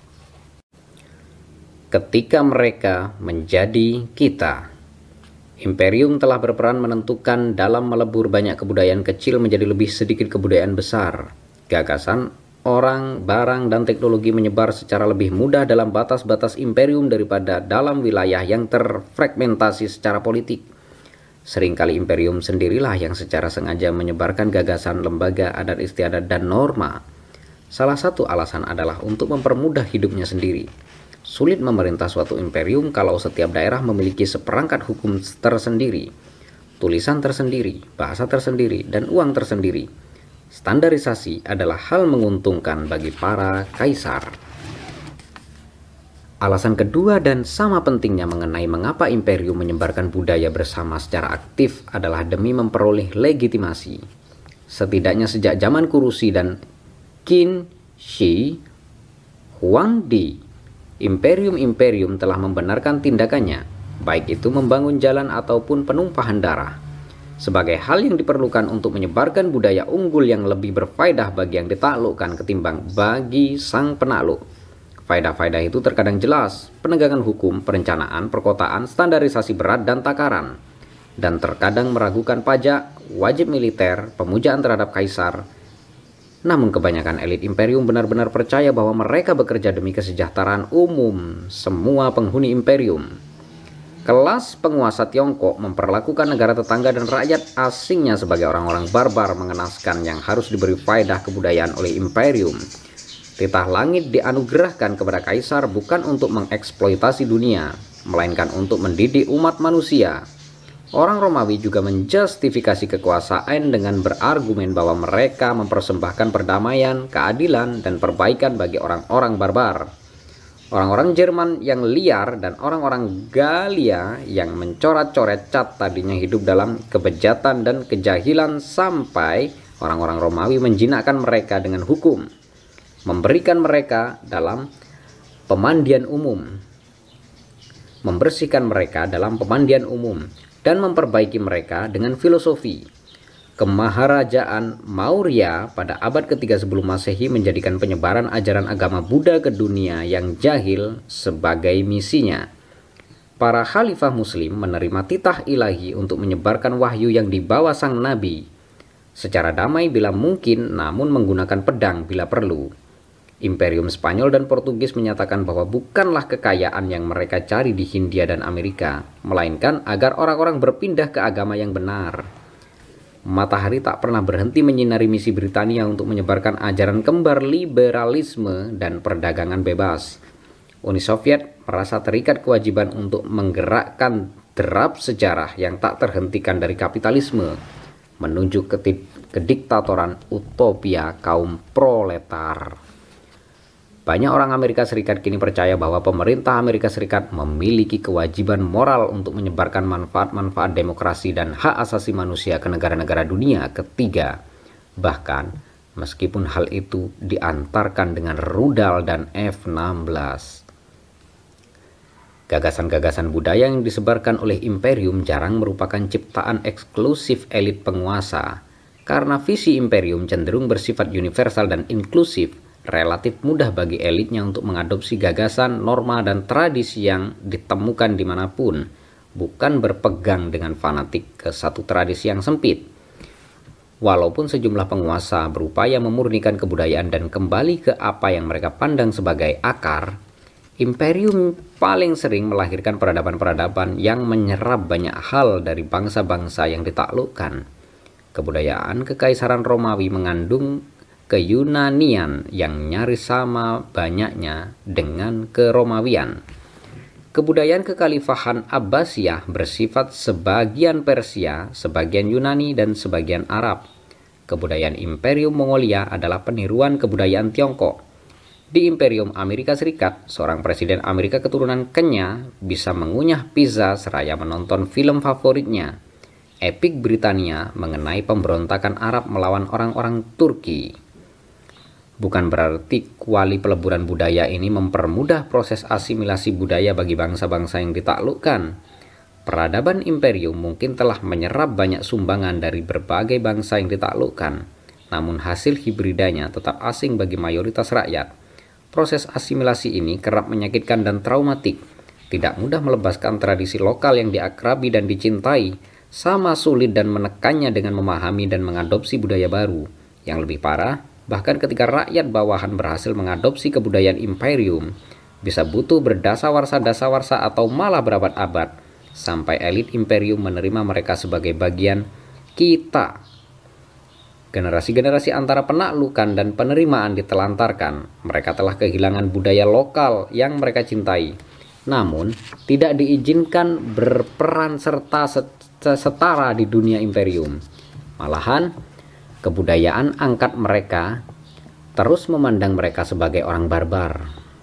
Speaker 1: Ketika mereka menjadi kita, imperium telah berperan menentukan dalam melebur banyak kebudayaan kecil menjadi lebih sedikit kebudayaan besar. Gagasan, orang, barang, dan teknologi menyebar secara lebih mudah dalam batas-batas imperium daripada dalam wilayah yang terfragmentasi secara politik. Seringkali imperium sendirilah yang secara sengaja menyebarkan gagasan, lembaga, adat istiadat, dan norma. Salah satu alasan adalah untuk mempermudah hidupnya sendiri. Sulit memerintah suatu imperium kalau setiap daerah memiliki seperangkat hukum tersendiri, tulisan tersendiri, bahasa tersendiri, dan uang tersendiri. Standarisasi adalah hal menguntungkan bagi para kaisar. Alasan kedua dan sama pentingnya mengenai mengapa imperium menyebarkan budaya bersama secara aktif adalah demi memperoleh legitimasi. Setidaknya sejak zaman Kurusi dan Qin Shi Huangdi, imperium-imperium telah membenarkan tindakannya, baik itu membangun jalan ataupun penumpahan darah, sebagai hal yang diperlukan untuk menyebarkan budaya unggul yang lebih berfaedah bagi yang ditaklukkan ketimbang bagi sang penakluk. Faedah-faedah itu terkadang jelas: penegakan hukum, perencanaan, perkotaan, standarisasi berat dan takaran, dan terkadang meragukan pajak, wajib militer, pemujaan terhadap kaisar. Namun kebanyakan elit imperium benar-benar percaya bahwa mereka bekerja demi kesejahteraan umum semua penghuni imperium. Kelas penguasa Tiongkok memperlakukan negara tetangga dan rakyat asingnya sebagai orang-orang barbar mengenaskan yang harus diberi faedah kebudayaan oleh imperium. Titah langit dianugerahkan kepada kaisar bukan untuk mengeksploitasi dunia, melainkan untuk mendidik umat manusia. Orang Romawi juga menjustifikasi kekuasaan dengan berargumen bahwa mereka mempersembahkan perdamaian, keadilan, dan perbaikan bagi orang-orang barbar. Orang-orang Jerman yang liar dan orang-orang Galia yang mencoret-coret cat tadinya hidup dalam kebejatan dan kejahilan sampai orang-orang Romawi menjinakkan mereka dengan hukum, memberikan mereka dalam pemandian umum, membersihkan mereka dalam pemandian umum, dan memperbaiki mereka dengan filosofi. Kemaharajaan Maurya pada abad ketiga sebelum Masehi menjadikan penyebaran ajaran agama Buddha ke dunia yang jahil sebagai misinya. para khalifah muslim menerima titah ilahi untuk menyebarkan wahyu yang dibawa sang nabi secara damai bila mungkin, namun menggunakan pedang bila perlu. Imperium Spanyol dan Portugis menyatakan bahwa bukanlah kekayaan yang mereka cari di Hindia dan Amerika, melainkan agar orang-orang berpindah ke agama yang benar. Matahari tak pernah berhenti menyinari misi Britania untuk menyebarkan ajaran kembar liberalisme dan perdagangan bebas. Uni Soviet merasa terikat kewajiban untuk menggerakkan derap sejarah yang tak terhentikan dari kapitalisme menuju ke kediktatoran utopia kaum proletar. Banyak orang Amerika Serikat kini percaya bahwa pemerintah Amerika Serikat memiliki kewajiban moral untuk menyebarkan manfaat-manfaat demokrasi dan hak asasi manusia ke negara-negara dunia ketiga. Bahkan, meskipun hal itu diantarkan dengan rudal dan F enam belas. Gagasan-gagasan budaya yang disebarkan oleh imperium jarang merupakan ciptaan eksklusif elit penguasa. Karena visi imperium cenderung bersifat universal dan inklusif, relatif mudah bagi elitnya untuk mengadopsi gagasan, norma, dan tradisi yang ditemukan dimanapun, bukan berpegang dengan fanatik ke satu tradisi yang sempit. Walaupun sejumlah penguasa berupaya memurnikan kebudayaan dan kembali ke apa yang mereka pandang sebagai akar, imperium paling sering melahirkan peradaban-peradaban yang menyerap banyak hal dari bangsa-bangsa yang ditaklukkan. Kebudayaan Kekaisaran Romawi mengandung Keyunanian yang nyaris sama banyaknya dengan Keromawian. Kebudayaan kekhalifahan Abbasiyah bersifat sebagian Persia, sebagian Yunani, dan sebagian Arab. Kebudayaan Imperium Mongolia adalah peniruan kebudayaan Tiongkok. Di Imperium Amerika Serikat, seorang presiden Amerika keturunan Kenya bisa mengunyah pizza seraya menonton film favoritnya, Epik Britania, mengenai pemberontakan Arab melawan orang-orang Turki. Bukan berarti kuali peleburan budaya ini mempermudah proses asimilasi budaya bagi bangsa-bangsa yang ditaklukkan. Peradaban imperium mungkin telah menyerap banyak sumbangan dari berbagai bangsa yang ditaklukkan, namun hasil hibridanya tetap asing bagi mayoritas rakyat. Proses asimilasi ini kerap menyakitkan dan traumatik, tidak mudah melepaskan tradisi lokal yang diakrabi dan dicintai, sama sulit dan menekannya dengan memahami dan mengadopsi budaya baru. Yang lebih parah, bahkan ketika rakyat bawahan berhasil mengadopsi kebudayaan imperium, bisa butuh berdasarwarsa-dasawarsa atau malah berabad-abad, sampai elit imperium menerima mereka sebagai bagian kita. Generasi-generasi antara penaklukan dan penerimaan ditelantarkan, mereka telah kehilangan budaya lokal yang mereka cintai, namun tidak diizinkan berperan serta setara di dunia imperium. Malahan, kebudayaan angkat mereka terus memandang mereka sebagai orang barbar.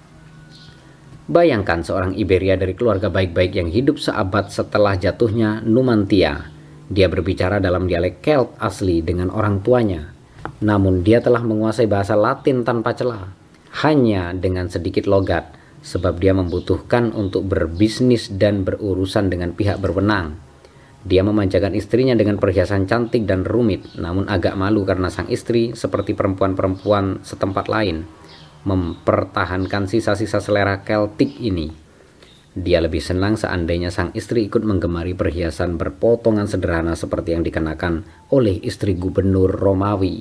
Speaker 1: Bayangkan seorang Iberia dari keluarga baik-baik yang hidup seabad setelah jatuhnya Numantia. Dia berbicara dalam dialek Celt asli dengan orang tuanya. Namun dia telah menguasai bahasa Latin tanpa celah, hanya dengan sedikit logat, sebab dia membutuhkan untuk berbisnis dan berurusan dengan pihak berwenang. Dia memanjakan istrinya dengan perhiasan cantik dan rumit, namun agak malu karena sang istri, seperti perempuan-perempuan setempat lain, mempertahankan sisa-sisa selera Keltik ini. Dia lebih senang seandainya sang istri ikut menggemari perhiasan berpotongan sederhana seperti yang dikenakan oleh istri gubernur Romawi.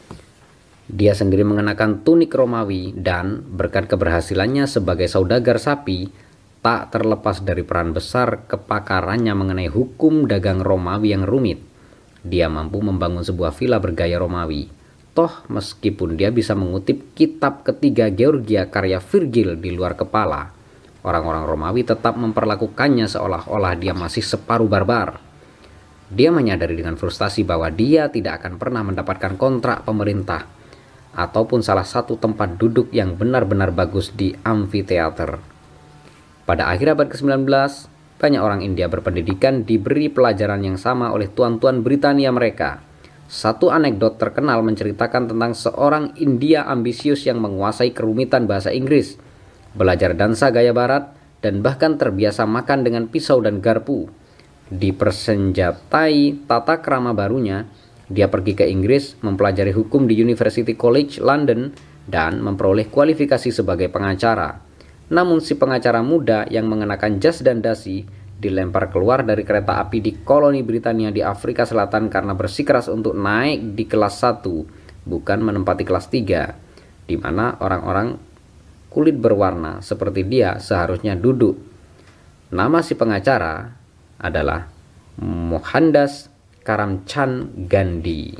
Speaker 1: Dia sendiri mengenakan tunik Romawi dan, berkat keberhasilannya sebagai saudagar sapi, tak terlepas dari peran besar kepakarannya mengenai hukum dagang Romawi yang rumit. Dia mampu membangun sebuah villa bergaya Romawi. Toh meskipun dia bisa mengutip kitab ketiga Georgia karya Virgil di luar kepala, orang-orang Romawi tetap memperlakukannya seolah-olah dia masih separuh barbar. Dia menyadari dengan frustasi bahwa dia tidak akan pernah mendapatkan kontrak pemerintah ataupun salah satu tempat duduk yang benar-benar bagus di amfiteater. Pada akhir abad ke-sembilan belas, banyak orang India berpendidikan diberi pelajaran yang sama oleh tuan-tuan Britania mereka. Satu anekdot terkenal menceritakan tentang seorang India ambisius yang menguasai kerumitan bahasa Inggris, belajar dansa gaya barat, dan bahkan terbiasa makan dengan pisau dan garpu. Dipersenjatai tata krama barunya, dia pergi ke Inggris, mempelajari hukum di University College London, dan memperoleh kualifikasi sebagai pengacara. Namun si pengacara muda yang mengenakan jas dan dasi dilempar keluar dari kereta api di koloni Britania di Afrika Selatan karena bersikeras untuk naik di kelas satu, bukan menempati kelas tiga, di mana orang-orang kulit berwarna seperti dia seharusnya duduk. Nama si pengacara adalah Mohandas Karamchand Gandhi.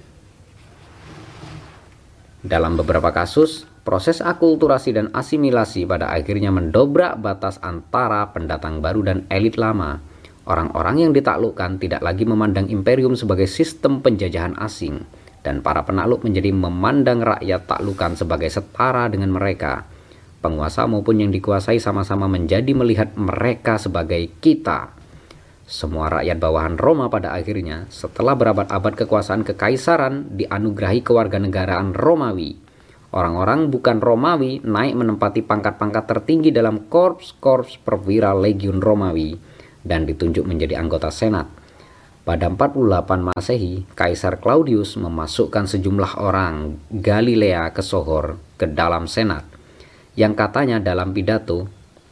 Speaker 1: Dalam beberapa kasus, proses akulturasi dan asimilasi pada akhirnya mendobrak batas antara pendatang baru dan elit lama. Orang-orang yang ditaklukkan tidak lagi memandang imperium sebagai sistem penjajahan asing, dan para penakluk menjadi memandang rakyat taklukan sebagai setara dengan mereka. Penguasa maupun yang dikuasai sama-sama menjadi melihat mereka sebagai kita. Semua rakyat bawahan Roma pada akhirnya, setelah berabad-abad kekuasaan kekaisaran, dianugerahi kewarganegaraan Romawi. Orang-orang bukan Romawi naik menempati pangkat-pangkat tertinggi dalam korps-korps perwira Legiun Romawi dan ditunjuk menjadi anggota Senat. Pada empat puluh delapan Masehi, Kaisar Claudius memasukkan sejumlah orang Galilea ke Sohor ke dalam Senat, yang katanya dalam pidato,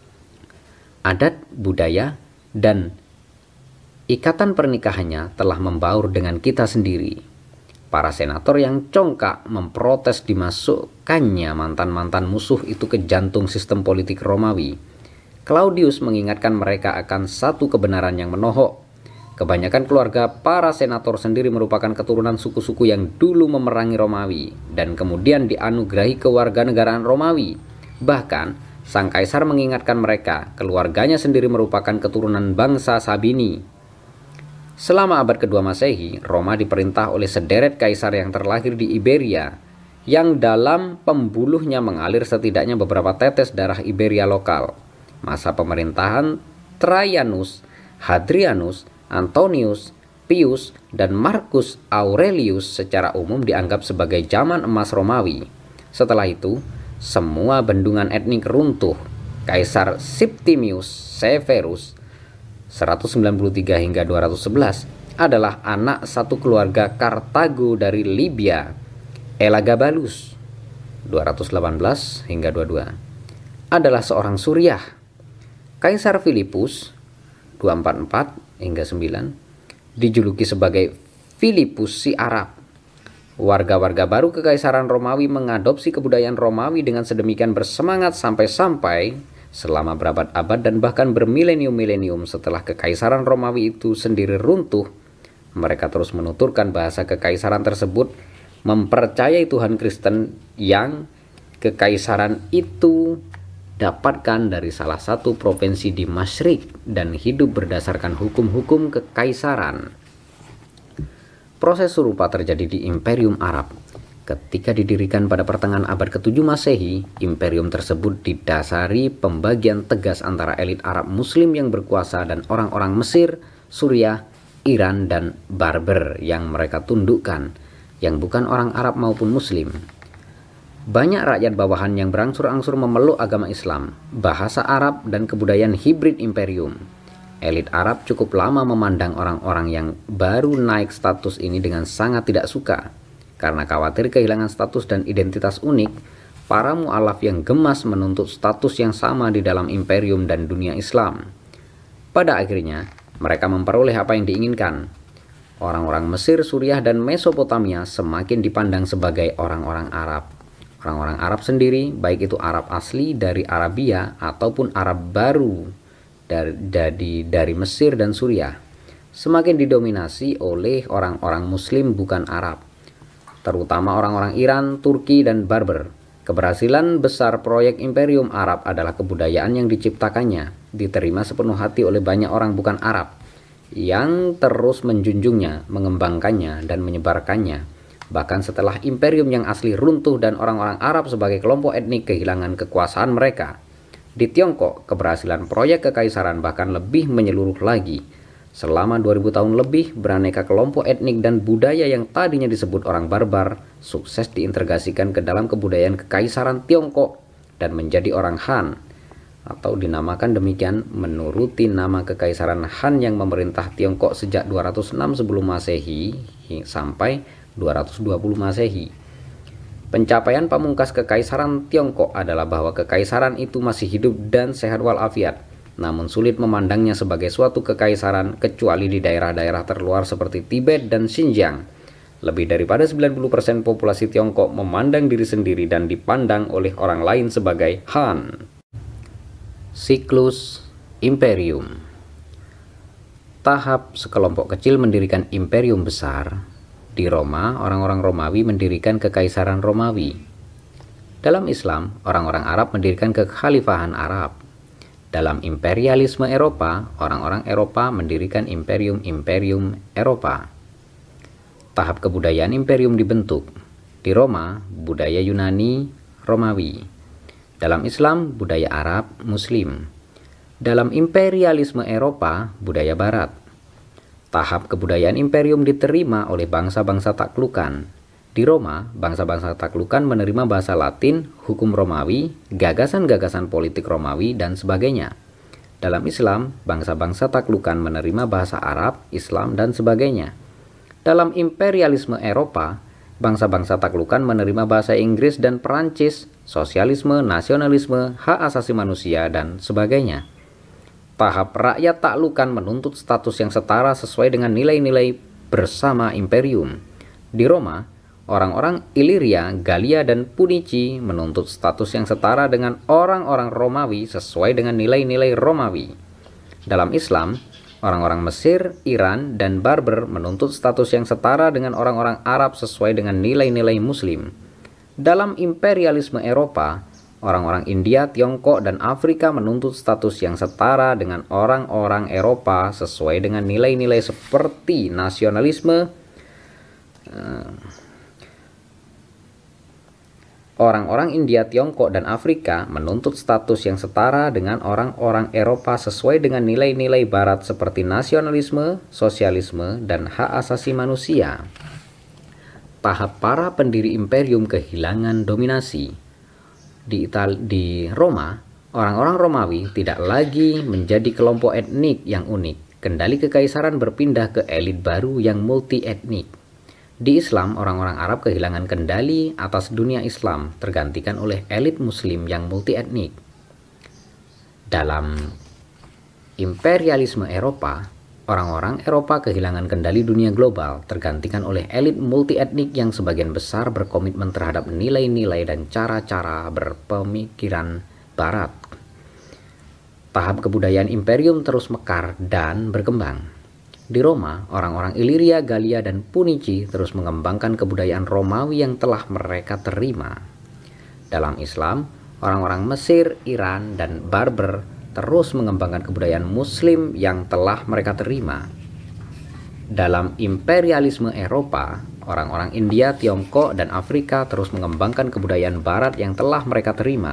Speaker 1: adat, budaya, dan ikatan pernikahannya telah membaur dengan kita sendiri. Para senator yang congkak memprotes dimasukkannya mantan-mantan musuh itu ke jantung sistem politik Romawi. Claudius mengingatkan mereka akan satu kebenaran yang menohok. Kebanyakan keluarga para senator sendiri merupakan keturunan suku-suku yang dulu memerangi Romawi dan kemudian dianugerahi kewarganegaraan Romawi. Bahkan, sang kaisar mengingatkan mereka, keluarganya sendiri merupakan keturunan bangsa Sabini. Selama abad kedua Masehi, Roma diperintah oleh sederet kaisar yang terlahir di Iberia, yang dalam pembuluhnya mengalir setidaknya beberapa tetes darah Iberia lokal. Masa pemerintahan Trajanus, Hadrianus, Antonius, Pius, dan Marcus Aurelius secara umum dianggap sebagai zaman emas Romawi. Setelah itu, semua bendungan etnik runtuh. Kaisar Septimius Severus seratus sembilan puluh tiga hingga dua ratus sebelas adalah anak satu keluarga Kartago dari Libya. Elagabalus dua ratus delapan belas hingga dua puluh dua adalah seorang Suriah. Kaisar Filipus dua ratus empat puluh empat hingga sembilan dijuluki sebagai Filipus si Arab. Warga-warga baru kekaisaran Romawi mengadopsi kebudayaan Romawi dengan sedemikian bersemangat sampai-sampai selama berabad-abad dan bahkan bermilenium-milenium setelah kekaisaran Romawi itu sendiri runtuh, mereka terus menuturkan bahasa kekaisaran tersebut, mempercayai Tuhan Kristen yang kekaisaran itu dapatkan dari salah satu provinsi di Masyrik dan hidup berdasarkan hukum-hukum kekaisaran. Proses serupa terjadi di Imperium Arab. Ketika didirikan pada pertengahan abad ketujuh Masehi, imperium tersebut didasari pembagian tegas antara elit Arab Muslim yang berkuasa dan orang-orang Mesir, Suriah, Iran, dan Barber yang mereka tundukkan, yang bukan orang Arab maupun Muslim. Banyak rakyat bawahan yang berangsur-angsur memeluk agama Islam, bahasa Arab, dan kebudayaan hibrid imperium. Elit Arab cukup lama memandang orang-orang yang baru naik status ini dengan sangat tidak suka. Karena khawatir kehilangan status dan identitas unik, para mu'alaf yang gemas menuntut status yang sama di dalam imperium dan dunia Islam. Pada akhirnya, mereka memperoleh apa yang diinginkan. Orang-orang Mesir, Suriah, dan Mesopotamia semakin dipandang sebagai orang-orang Arab. Orang-orang Arab sendiri, baik itu Arab asli dari Arabia ataupun Arab baru dari, dari, dari Mesir dan Suriah, semakin didominasi oleh orang-orang Muslim bukan Arab, terutama orang-orang Iran, Turki, dan Barber. Keberhasilan besar proyek Imperium Arab adalah kebudayaan yang diciptakannya, diterima sepenuh hati oleh banyak orang bukan Arab, yang terus menjunjungnya, mengembangkannya, dan menyebarkannya. Bahkan setelah imperium yang asli runtuh dan orang-orang Arab sebagai kelompok etnik kehilangan kekuasaan mereka. Di Tiongkok, keberhasilan proyek kekaisaran bahkan lebih menyeluruh lagi. Selama dua ribu tahun lebih, beraneka kelompok etnik dan budaya yang tadinya disebut orang barbar sukses diintegrasikan ke dalam kebudayaan kekaisaran Tiongkok dan menjadi orang Han, atau dinamakan demikian menuruti nama kekaisaran Han yang memerintah Tiongkok sejak dua ratus enam sebelum Masehi sampai dua ratus dua puluh Masehi. Pencapaian pamungkas Kekaisaran Tiongkok adalah bahwa kekaisaran itu masih hidup dan sehat walafiat, namun sulit memandangnya sebagai suatu kekaisaran kecuali di daerah-daerah terluar seperti Tibet dan Xinjiang. Lebih daripada sembilan puluh persen populasi Tiongkok memandang diri sendiri dan dipandang oleh orang lain sebagai Han. Siklus Imperium. Tahap sekelompok kecil mendirikan imperium besar. Di Roma, orang-orang Romawi mendirikan Kekaisaran Romawi. Dalam Islam, orang-orang Arab mendirikan Kekhalifahan Arab. Dalam imperialisme Eropa, orang-orang Eropa mendirikan imperium-imperium Eropa. Tahap kebudayaan imperium dibentuk. Di Roma, budaya Yunani, Romawi. Dalam Islam, budaya Arab, Muslim. Dalam imperialisme Eropa, budaya Barat. Tahap kebudayaan imperium diterima oleh bangsa-bangsa taklukan. Di Roma, bangsa-bangsa taklukan menerima bahasa Latin, hukum Romawi, gagasan-gagasan politik Romawi, dan sebagainya. Dalam Islam, bangsa-bangsa taklukan menerima bahasa Arab, Islam, dan sebagainya. Dalam imperialisme Eropa, bangsa-bangsa taklukan menerima bahasa Inggris dan Perancis, sosialisme, nasionalisme, hak asasi manusia, dan sebagainya. Tahap rakyat taklukan menuntut status yang setara sesuai dengan nilai-nilai bersama imperium. Di Roma, orang-orang Iliria, Galia, dan Punici menuntut status yang setara dengan orang-orang Romawi sesuai dengan nilai-nilai Romawi. Dalam Islam, orang-orang Mesir, Iran, dan Barber menuntut status yang setara dengan orang-orang Arab sesuai dengan nilai-nilai Muslim. Dalam imperialisme Eropa, orang-orang India, Tiongkok, dan Afrika menuntut status yang setara dengan orang-orang Eropa sesuai dengan nilai-nilai seperti nasionalisme. Orang-orang India, Tiongkok, dan Afrika menuntut status yang setara dengan orang-orang Eropa sesuai dengan nilai-nilai Barat seperti nasionalisme, sosialisme, dan hak asasi manusia. Tahap para pendiri imperium kehilangan dominasi. Di, Itali di Roma, orang-orang Romawi tidak lagi menjadi kelompok etnik yang unik. Kendali kekaisaran berpindah ke elit baru yang multi etnik. Di Islam, orang-orang Arab kehilangan kendali atas dunia Islam, tergantikan oleh elit Muslim yang multi etnik. Dalam imperialisme Eropa, orang-orang Eropa kehilangan kendali dunia global, tergantikan oleh elit multi-etnik yang sebagian besar berkomitmen terhadap nilai-nilai dan cara-cara berpemikiran Barat. Tahap kebudayaan imperium terus mekar dan berkembang. Di Roma, orang-orang Iliria, Galia, dan Punici terus mengembangkan kebudayaan Romawi yang telah mereka terima. Dalam Islam, orang-orang Mesir, Iran, dan Barber terus mengembangkan kebudayaan Muslim yang telah mereka terima. Dalam imperialisme Eropa, orang-orang India, Tiongkok, dan Afrika terus mengembangkan kebudayaan Barat yang telah mereka terima.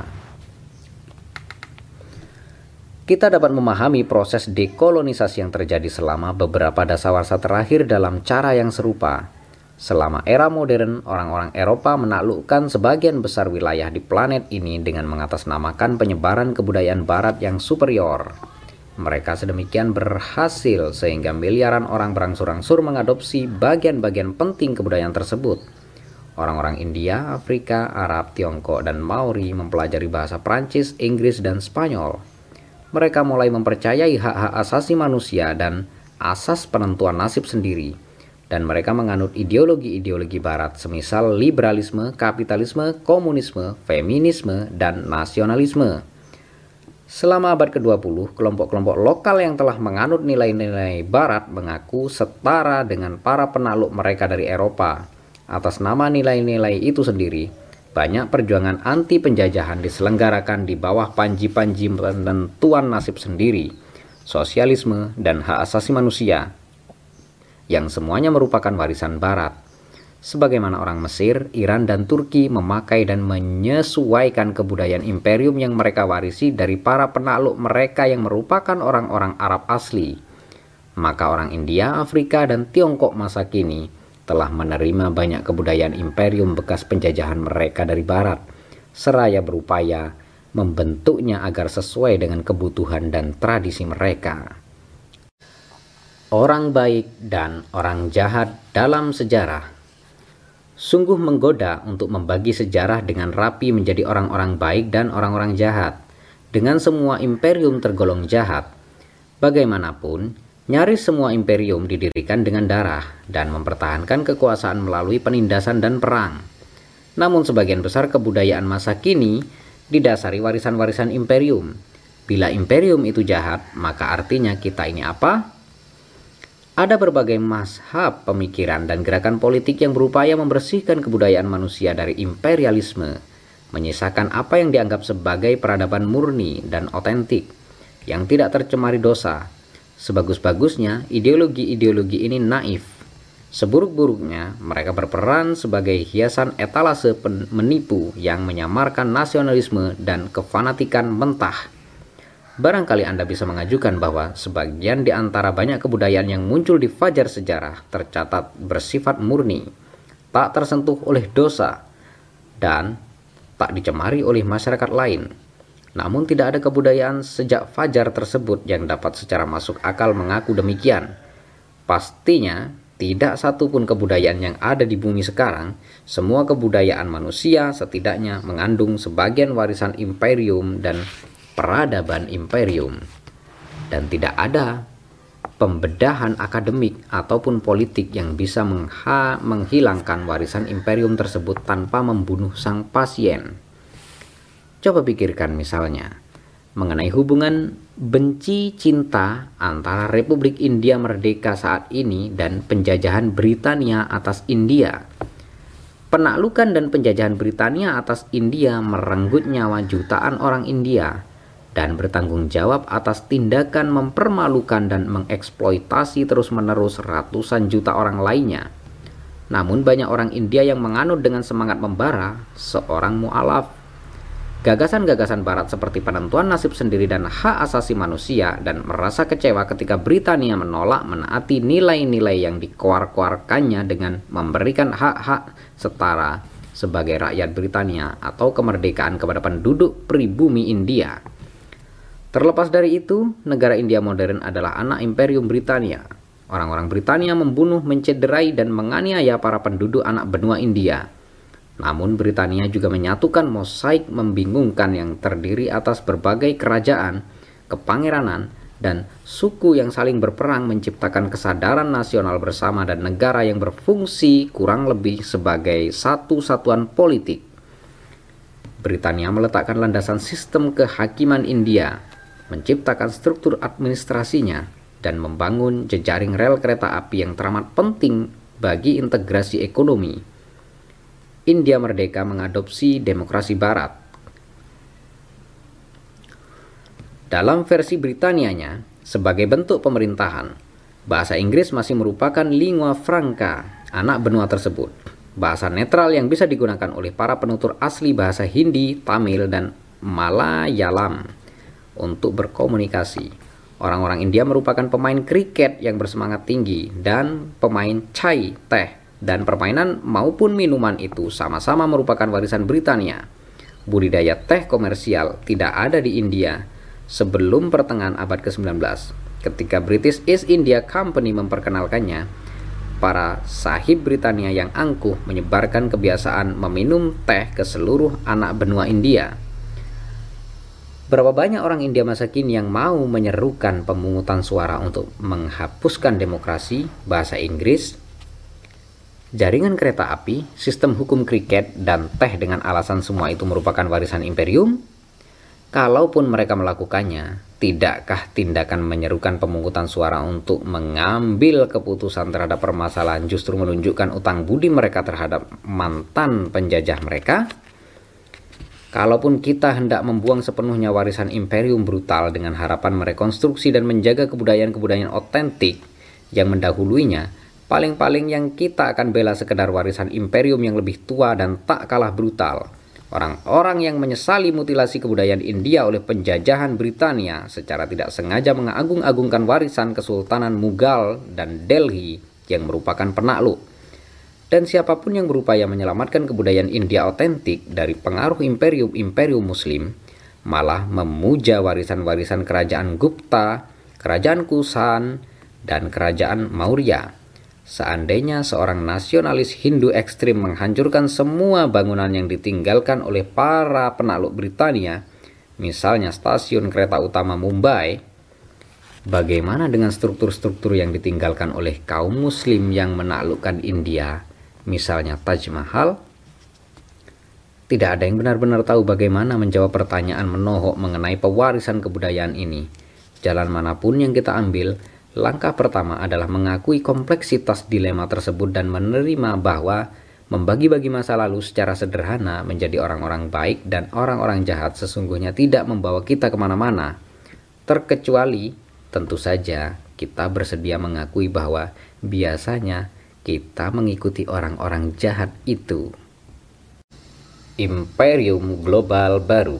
Speaker 1: Kita dapat memahami proses dekolonisasi yang terjadi selama beberapa dasawarsa terakhir dalam cara yang serupa. Selama era modern, orang-orang Eropa menaklukkan sebagian besar wilayah di planet ini dengan mengatasnamakan penyebaran kebudayaan Barat yang superior. Mereka sedemikian berhasil sehingga miliaran orang berangsur-angsur mengadopsi bagian-bagian penting kebudayaan tersebut. Orang-orang India, Afrika, Arab, Tiongkok, dan Maori mempelajari bahasa Prancis, Inggris, dan Spanyol. Mereka mulai mempercayai hak-hak asasi manusia dan asas penentuan nasib sendiri. Dan mereka menganut ideologi-ideologi Barat semisal liberalisme, kapitalisme, komunisme, feminisme, dan nasionalisme. Selama abad kedua puluh, kelompok-kelompok lokal yang telah menganut nilai-nilai Barat mengaku setara dengan para penakluk mereka dari Eropa. Atas nama nilai-nilai itu sendiri, banyak perjuangan anti penjajahan diselenggarakan di bawah panji-panji penentuan nasib sendiri, sosialisme, dan hak asasi manusia, yang semuanya merupakan warisan Barat. Sebagaimana orang Mesir, Iran, dan Turki memakai dan menyesuaikan kebudayaan imperium yang mereka warisi dari para penakluk mereka yang merupakan orang-orang Arab asli. Maka orang India, Afrika, dan Tiongkok masa kini telah menerima banyak kebudayaan imperium bekas penjajahan mereka dari Barat, seraya berupaya membentuknya agar sesuai dengan kebutuhan dan tradisi mereka. Orang baik dan orang jahat dalam sejarah. Sungguh menggoda untuk membagi sejarah dengan rapi menjadi orang-orang baik dan orang-orang jahat. Dengan semua imperium tergolong jahat, bagaimanapun, nyaris semua imperium didirikan dengan darah dan mempertahankan kekuasaan melalui penindasan dan perang. Namun sebagian besar kebudayaan masa kini didasari warisan-warisan imperium. Bila imperium itu jahat, maka artinya kita ini apa? Ada berbagai mazhab pemikiran dan gerakan politik yang berupaya membersihkan kebudayaan manusia dari imperialisme, menyisakan apa yang dianggap sebagai peradaban murni dan otentik, yang tidak tercemari dosa. Sebagus-bagusnya, ideologi-ideologi ini naif. Seburuk-buruknya, mereka berperan sebagai hiasan etalase menipu yang menyamarkan nasionalisme dan kefanatikan mentah. Barangkali Anda bisa mengajukan bahwa sebagian di antara banyak kebudayaan yang muncul di fajar sejarah tercatat bersifat murni, tak tersentuh oleh dosa, dan tak dicemari oleh masyarakat lain. Namun tidak ada kebudayaan sejak fajar tersebut yang dapat secara masuk akal mengaku demikian. Pastinya tidak satu pun kebudayaan yang ada di bumi sekarang. Semua kebudayaan manusia setidaknya mengandung sebagian warisan imperium dan peradaban imperium, dan tidak ada pembedahan akademik ataupun politik yang bisa mengha menghilangkan warisan imperium tersebut tanpa membunuh sang pasien. Coba pikirkan misalnya mengenai hubungan benci cinta antara Republik India merdeka saat ini dan penjajahan Britania atas India. Penaklukan dan penjajahan Britania atas India merenggut nyawa jutaan orang India dan bertanggung jawab atas tindakan mempermalukan dan mengeksploitasi terus-menerus ratusan juta orang lainnya. Namun banyak orang India yang menganut dengan semangat membara seorang mu'alaf. Gagasan-gagasan barat seperti penentuan nasib sendiri dan hak asasi manusia, dan merasa kecewa ketika Britania menolak menaati nilai-nilai yang dikoar-koarkannya dengan memberikan hak-hak setara sebagai rakyat Britania atau kemerdekaan kepada penduduk pribumi India. Terlepas dari itu, negara India modern adalah anak Imperium Britania. Orang-orang Britania membunuh, mencederai, dan menganiaya para penduduk anak benua India. Namun Britania juga menyatukan mosaik membingungkan yang terdiri atas berbagai kerajaan, kepangeranan, dan suku yang saling berperang menciptakan kesadaran nasional bersama dan negara yang berfungsi kurang lebih sebagai satu satuan politik. Britania meletakkan landasan sistem kehakiman India, menciptakan struktur administrasinya, dan membangun jejaring rel kereta api yang teramat penting bagi integrasi ekonomi. India merdeka mengadopsi demokrasi barat. Dalam versi Britanianya, sebagai bentuk pemerintahan, bahasa Inggris masih merupakan lingua franca anak benua tersebut, bahasa netral yang bisa digunakan oleh para penutur asli bahasa Hindi, Tamil, dan Malayalam untuk berkomunikasi. Orang-orang India merupakan pemain kriket yang bersemangat tinggi dan pemain chai, teh, dan permainan maupun minuman itu sama-sama merupakan warisan Britania. Budidaya teh komersial tidak ada di India sebelum pertengahan abad ke sembilan belas. Ketika British East India Company memperkenalkannya, para sahib Britania yang angkuh menyebarkan kebiasaan meminum teh ke seluruh anak benua India. Berapa banyak orang India masa kini yang mau menyerukan pemungutan suara untuk menghapuskan demokrasi, bahasa Inggris, jaringan kereta api, sistem hukum kriket, dan teh dengan alasan semua itu merupakan warisan imperium? Kalaupun mereka melakukannya, tidakkah tindakan menyerukan pemungutan suara untuk mengambil keputusan terhadap permasalahan justru menunjukkan utang budi mereka terhadap mantan penjajah mereka? Kalaupun kita hendak membuang sepenuhnya warisan imperium brutal dengan harapan merekonstruksi dan menjaga kebudayaan-kebudayaan otentik yang mendahuluinya, paling-paling yang kita akan bela sekedar warisan imperium yang lebih tua dan tak kalah brutal. Orang-orang yang menyesali mutilasi kebudayaan India oleh penjajahan Britania secara tidak sengaja mengagung-agungkan warisan Kesultanan Mughal dan Delhi yang merupakan penakluk. Dan siapapun yang berupaya menyelamatkan kebudayaan India otentik dari pengaruh imperium-imperium muslim, malah memuja warisan-warisan kerajaan Gupta, kerajaan Kusan, dan kerajaan Maurya. Seandainya seorang nasionalis Hindu ekstrim menghancurkan semua bangunan yang ditinggalkan oleh para penakluk Britania, misalnya stasiun kereta utama Mumbai, bagaimana dengan struktur-struktur yang ditinggalkan oleh kaum muslim yang menaklukkan India, misalnya Taj Mahal? Tidak ada yang benar-benar tahu bagaimana menjawab pertanyaan menohok mengenai pewarisan kebudayaan ini. Jalan manapun yang kita ambil, langkah pertama adalah mengakui kompleksitas dilema tersebut dan menerima bahwa membagi-bagi masa lalu secara sederhana menjadi orang-orang baik dan orang-orang jahat sesungguhnya tidak membawa kita kemana-mana. Terkecuali, tentu saja, kita bersedia mengakui bahwa biasanya kita mengikuti orang-orang jahat itu. Imperium global baru.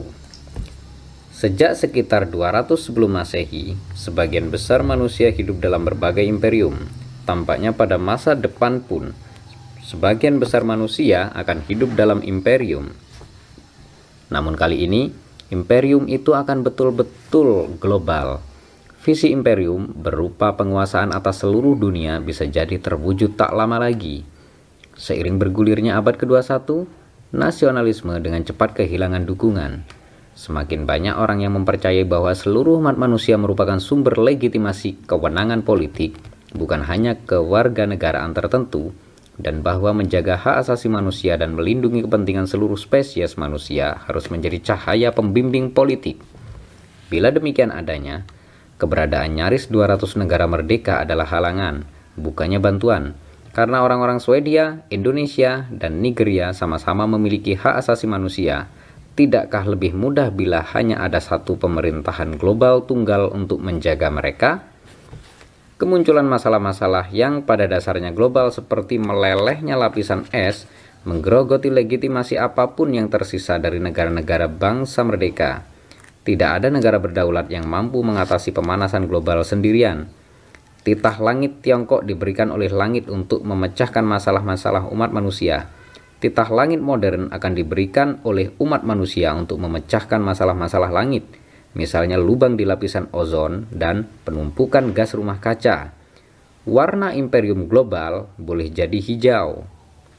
Speaker 1: Sejak sekitar dua ratus sebelum Masehi, sebagian besar manusia hidup dalam berbagai imperium. Tampaknya pada masa depan pun, sebagian besar manusia akan hidup dalam imperium. Namun kali ini, imperium itu akan betul-betul global. Visi imperium berupa penguasaan atas seluruh dunia bisa jadi terwujud tak lama lagi. Seiring bergulirnya abad kedua puluh satu, nasionalisme dengan cepat kehilangan dukungan. Semakin banyak orang yang mempercayai bahwa seluruh umat manusia merupakan sumber legitimasi kewenangan politik, bukan hanya kewarganegaraan tertentu, dan bahwa menjaga hak asasi manusia dan melindungi kepentingan seluruh spesies manusia harus menjadi cahaya pembimbing politik. Bila demikian adanya, keberadaan nyaris dua ratus negara merdeka adalah halangan, bukannya bantuan. Karena orang-orang Swedia, Indonesia, dan Nigeria sama-sama memiliki hak asasi manusia, tidakkah lebih mudah bila hanya ada satu pemerintahan global tunggal untuk menjaga mereka? Kemunculan masalah-masalah yang pada dasarnya global seperti melelehnya lapisan es menggerogoti legitimasi apapun yang tersisa dari negara-negara bangsa merdeka. Tidak ada negara berdaulat yang mampu mengatasi pemanasan global sendirian. Titah langit Tiongkok diberikan oleh langit untuk memecahkan masalah-masalah umat manusia. Titah langit modern akan diberikan oleh umat manusia untuk memecahkan masalah-masalah langit, misalnya lubang di lapisan ozon dan penumpukan gas rumah kaca. Warna imperium global boleh jadi hijau.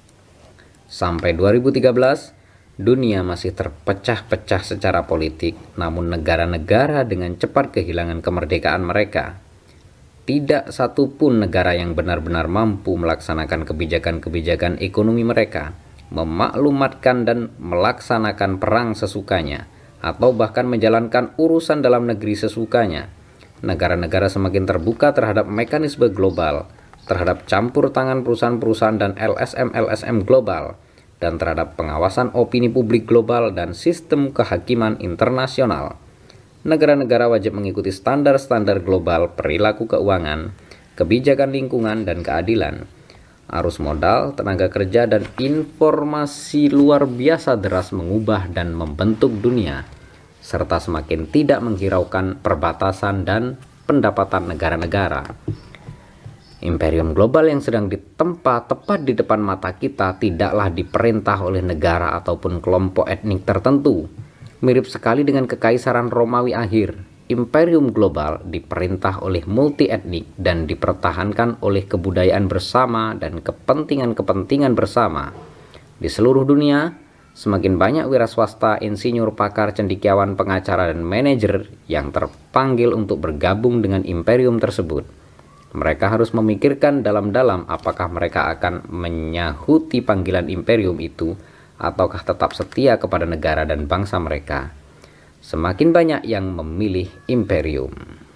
Speaker 1: Sampai dua ribu tiga belas, dunia masih terpecah-pecah secara politik, namun negara-negara dengan cepat kehilangan kemerdekaan mereka. Tidak satu pun negara yang benar-benar mampu melaksanakan kebijakan-kebijakan ekonomi mereka, memaklumatkan dan melaksanakan perang sesukanya, atau bahkan menjalankan urusan dalam negeri sesukanya. Negara-negara semakin terbuka terhadap mekanisme global, terhadap campur tangan perusahaan-perusahaan dan L S M-L S M global, dan terhadap pengawasan opini publik global dan sistem kehakiman internasional. Negara-negara wajib mengikuti standar-standar global perilaku keuangan, kebijakan lingkungan, dan keadilan. Arus modal, tenaga kerja, dan informasi luar biasa deras mengubah dan membentuk dunia, serta semakin tidak menghiraukan perbatasan dan pendapatan negara-negara. Imperium global yang sedang ditempa tepat di depan mata kita tidaklah diperintah oleh negara ataupun kelompok etnik tertentu. Mirip sekali dengan Kekaisaran Romawi akhir, imperium global diperintah oleh multi etnik dan dipertahankan oleh kebudayaan bersama dan kepentingan-kepentingan bersama. Di seluruh dunia, semakin banyak wira swasta, insinyur, pakar, cendekiawan, pengacara, dan manajer yang terpanggil untuk bergabung dengan imperium tersebut. Mereka harus memikirkan dalam-dalam apakah mereka akan menyahuti panggilan imperium itu ataukah tetap setia kepada negara dan bangsa mereka. Semakin banyak yang memilih imperium.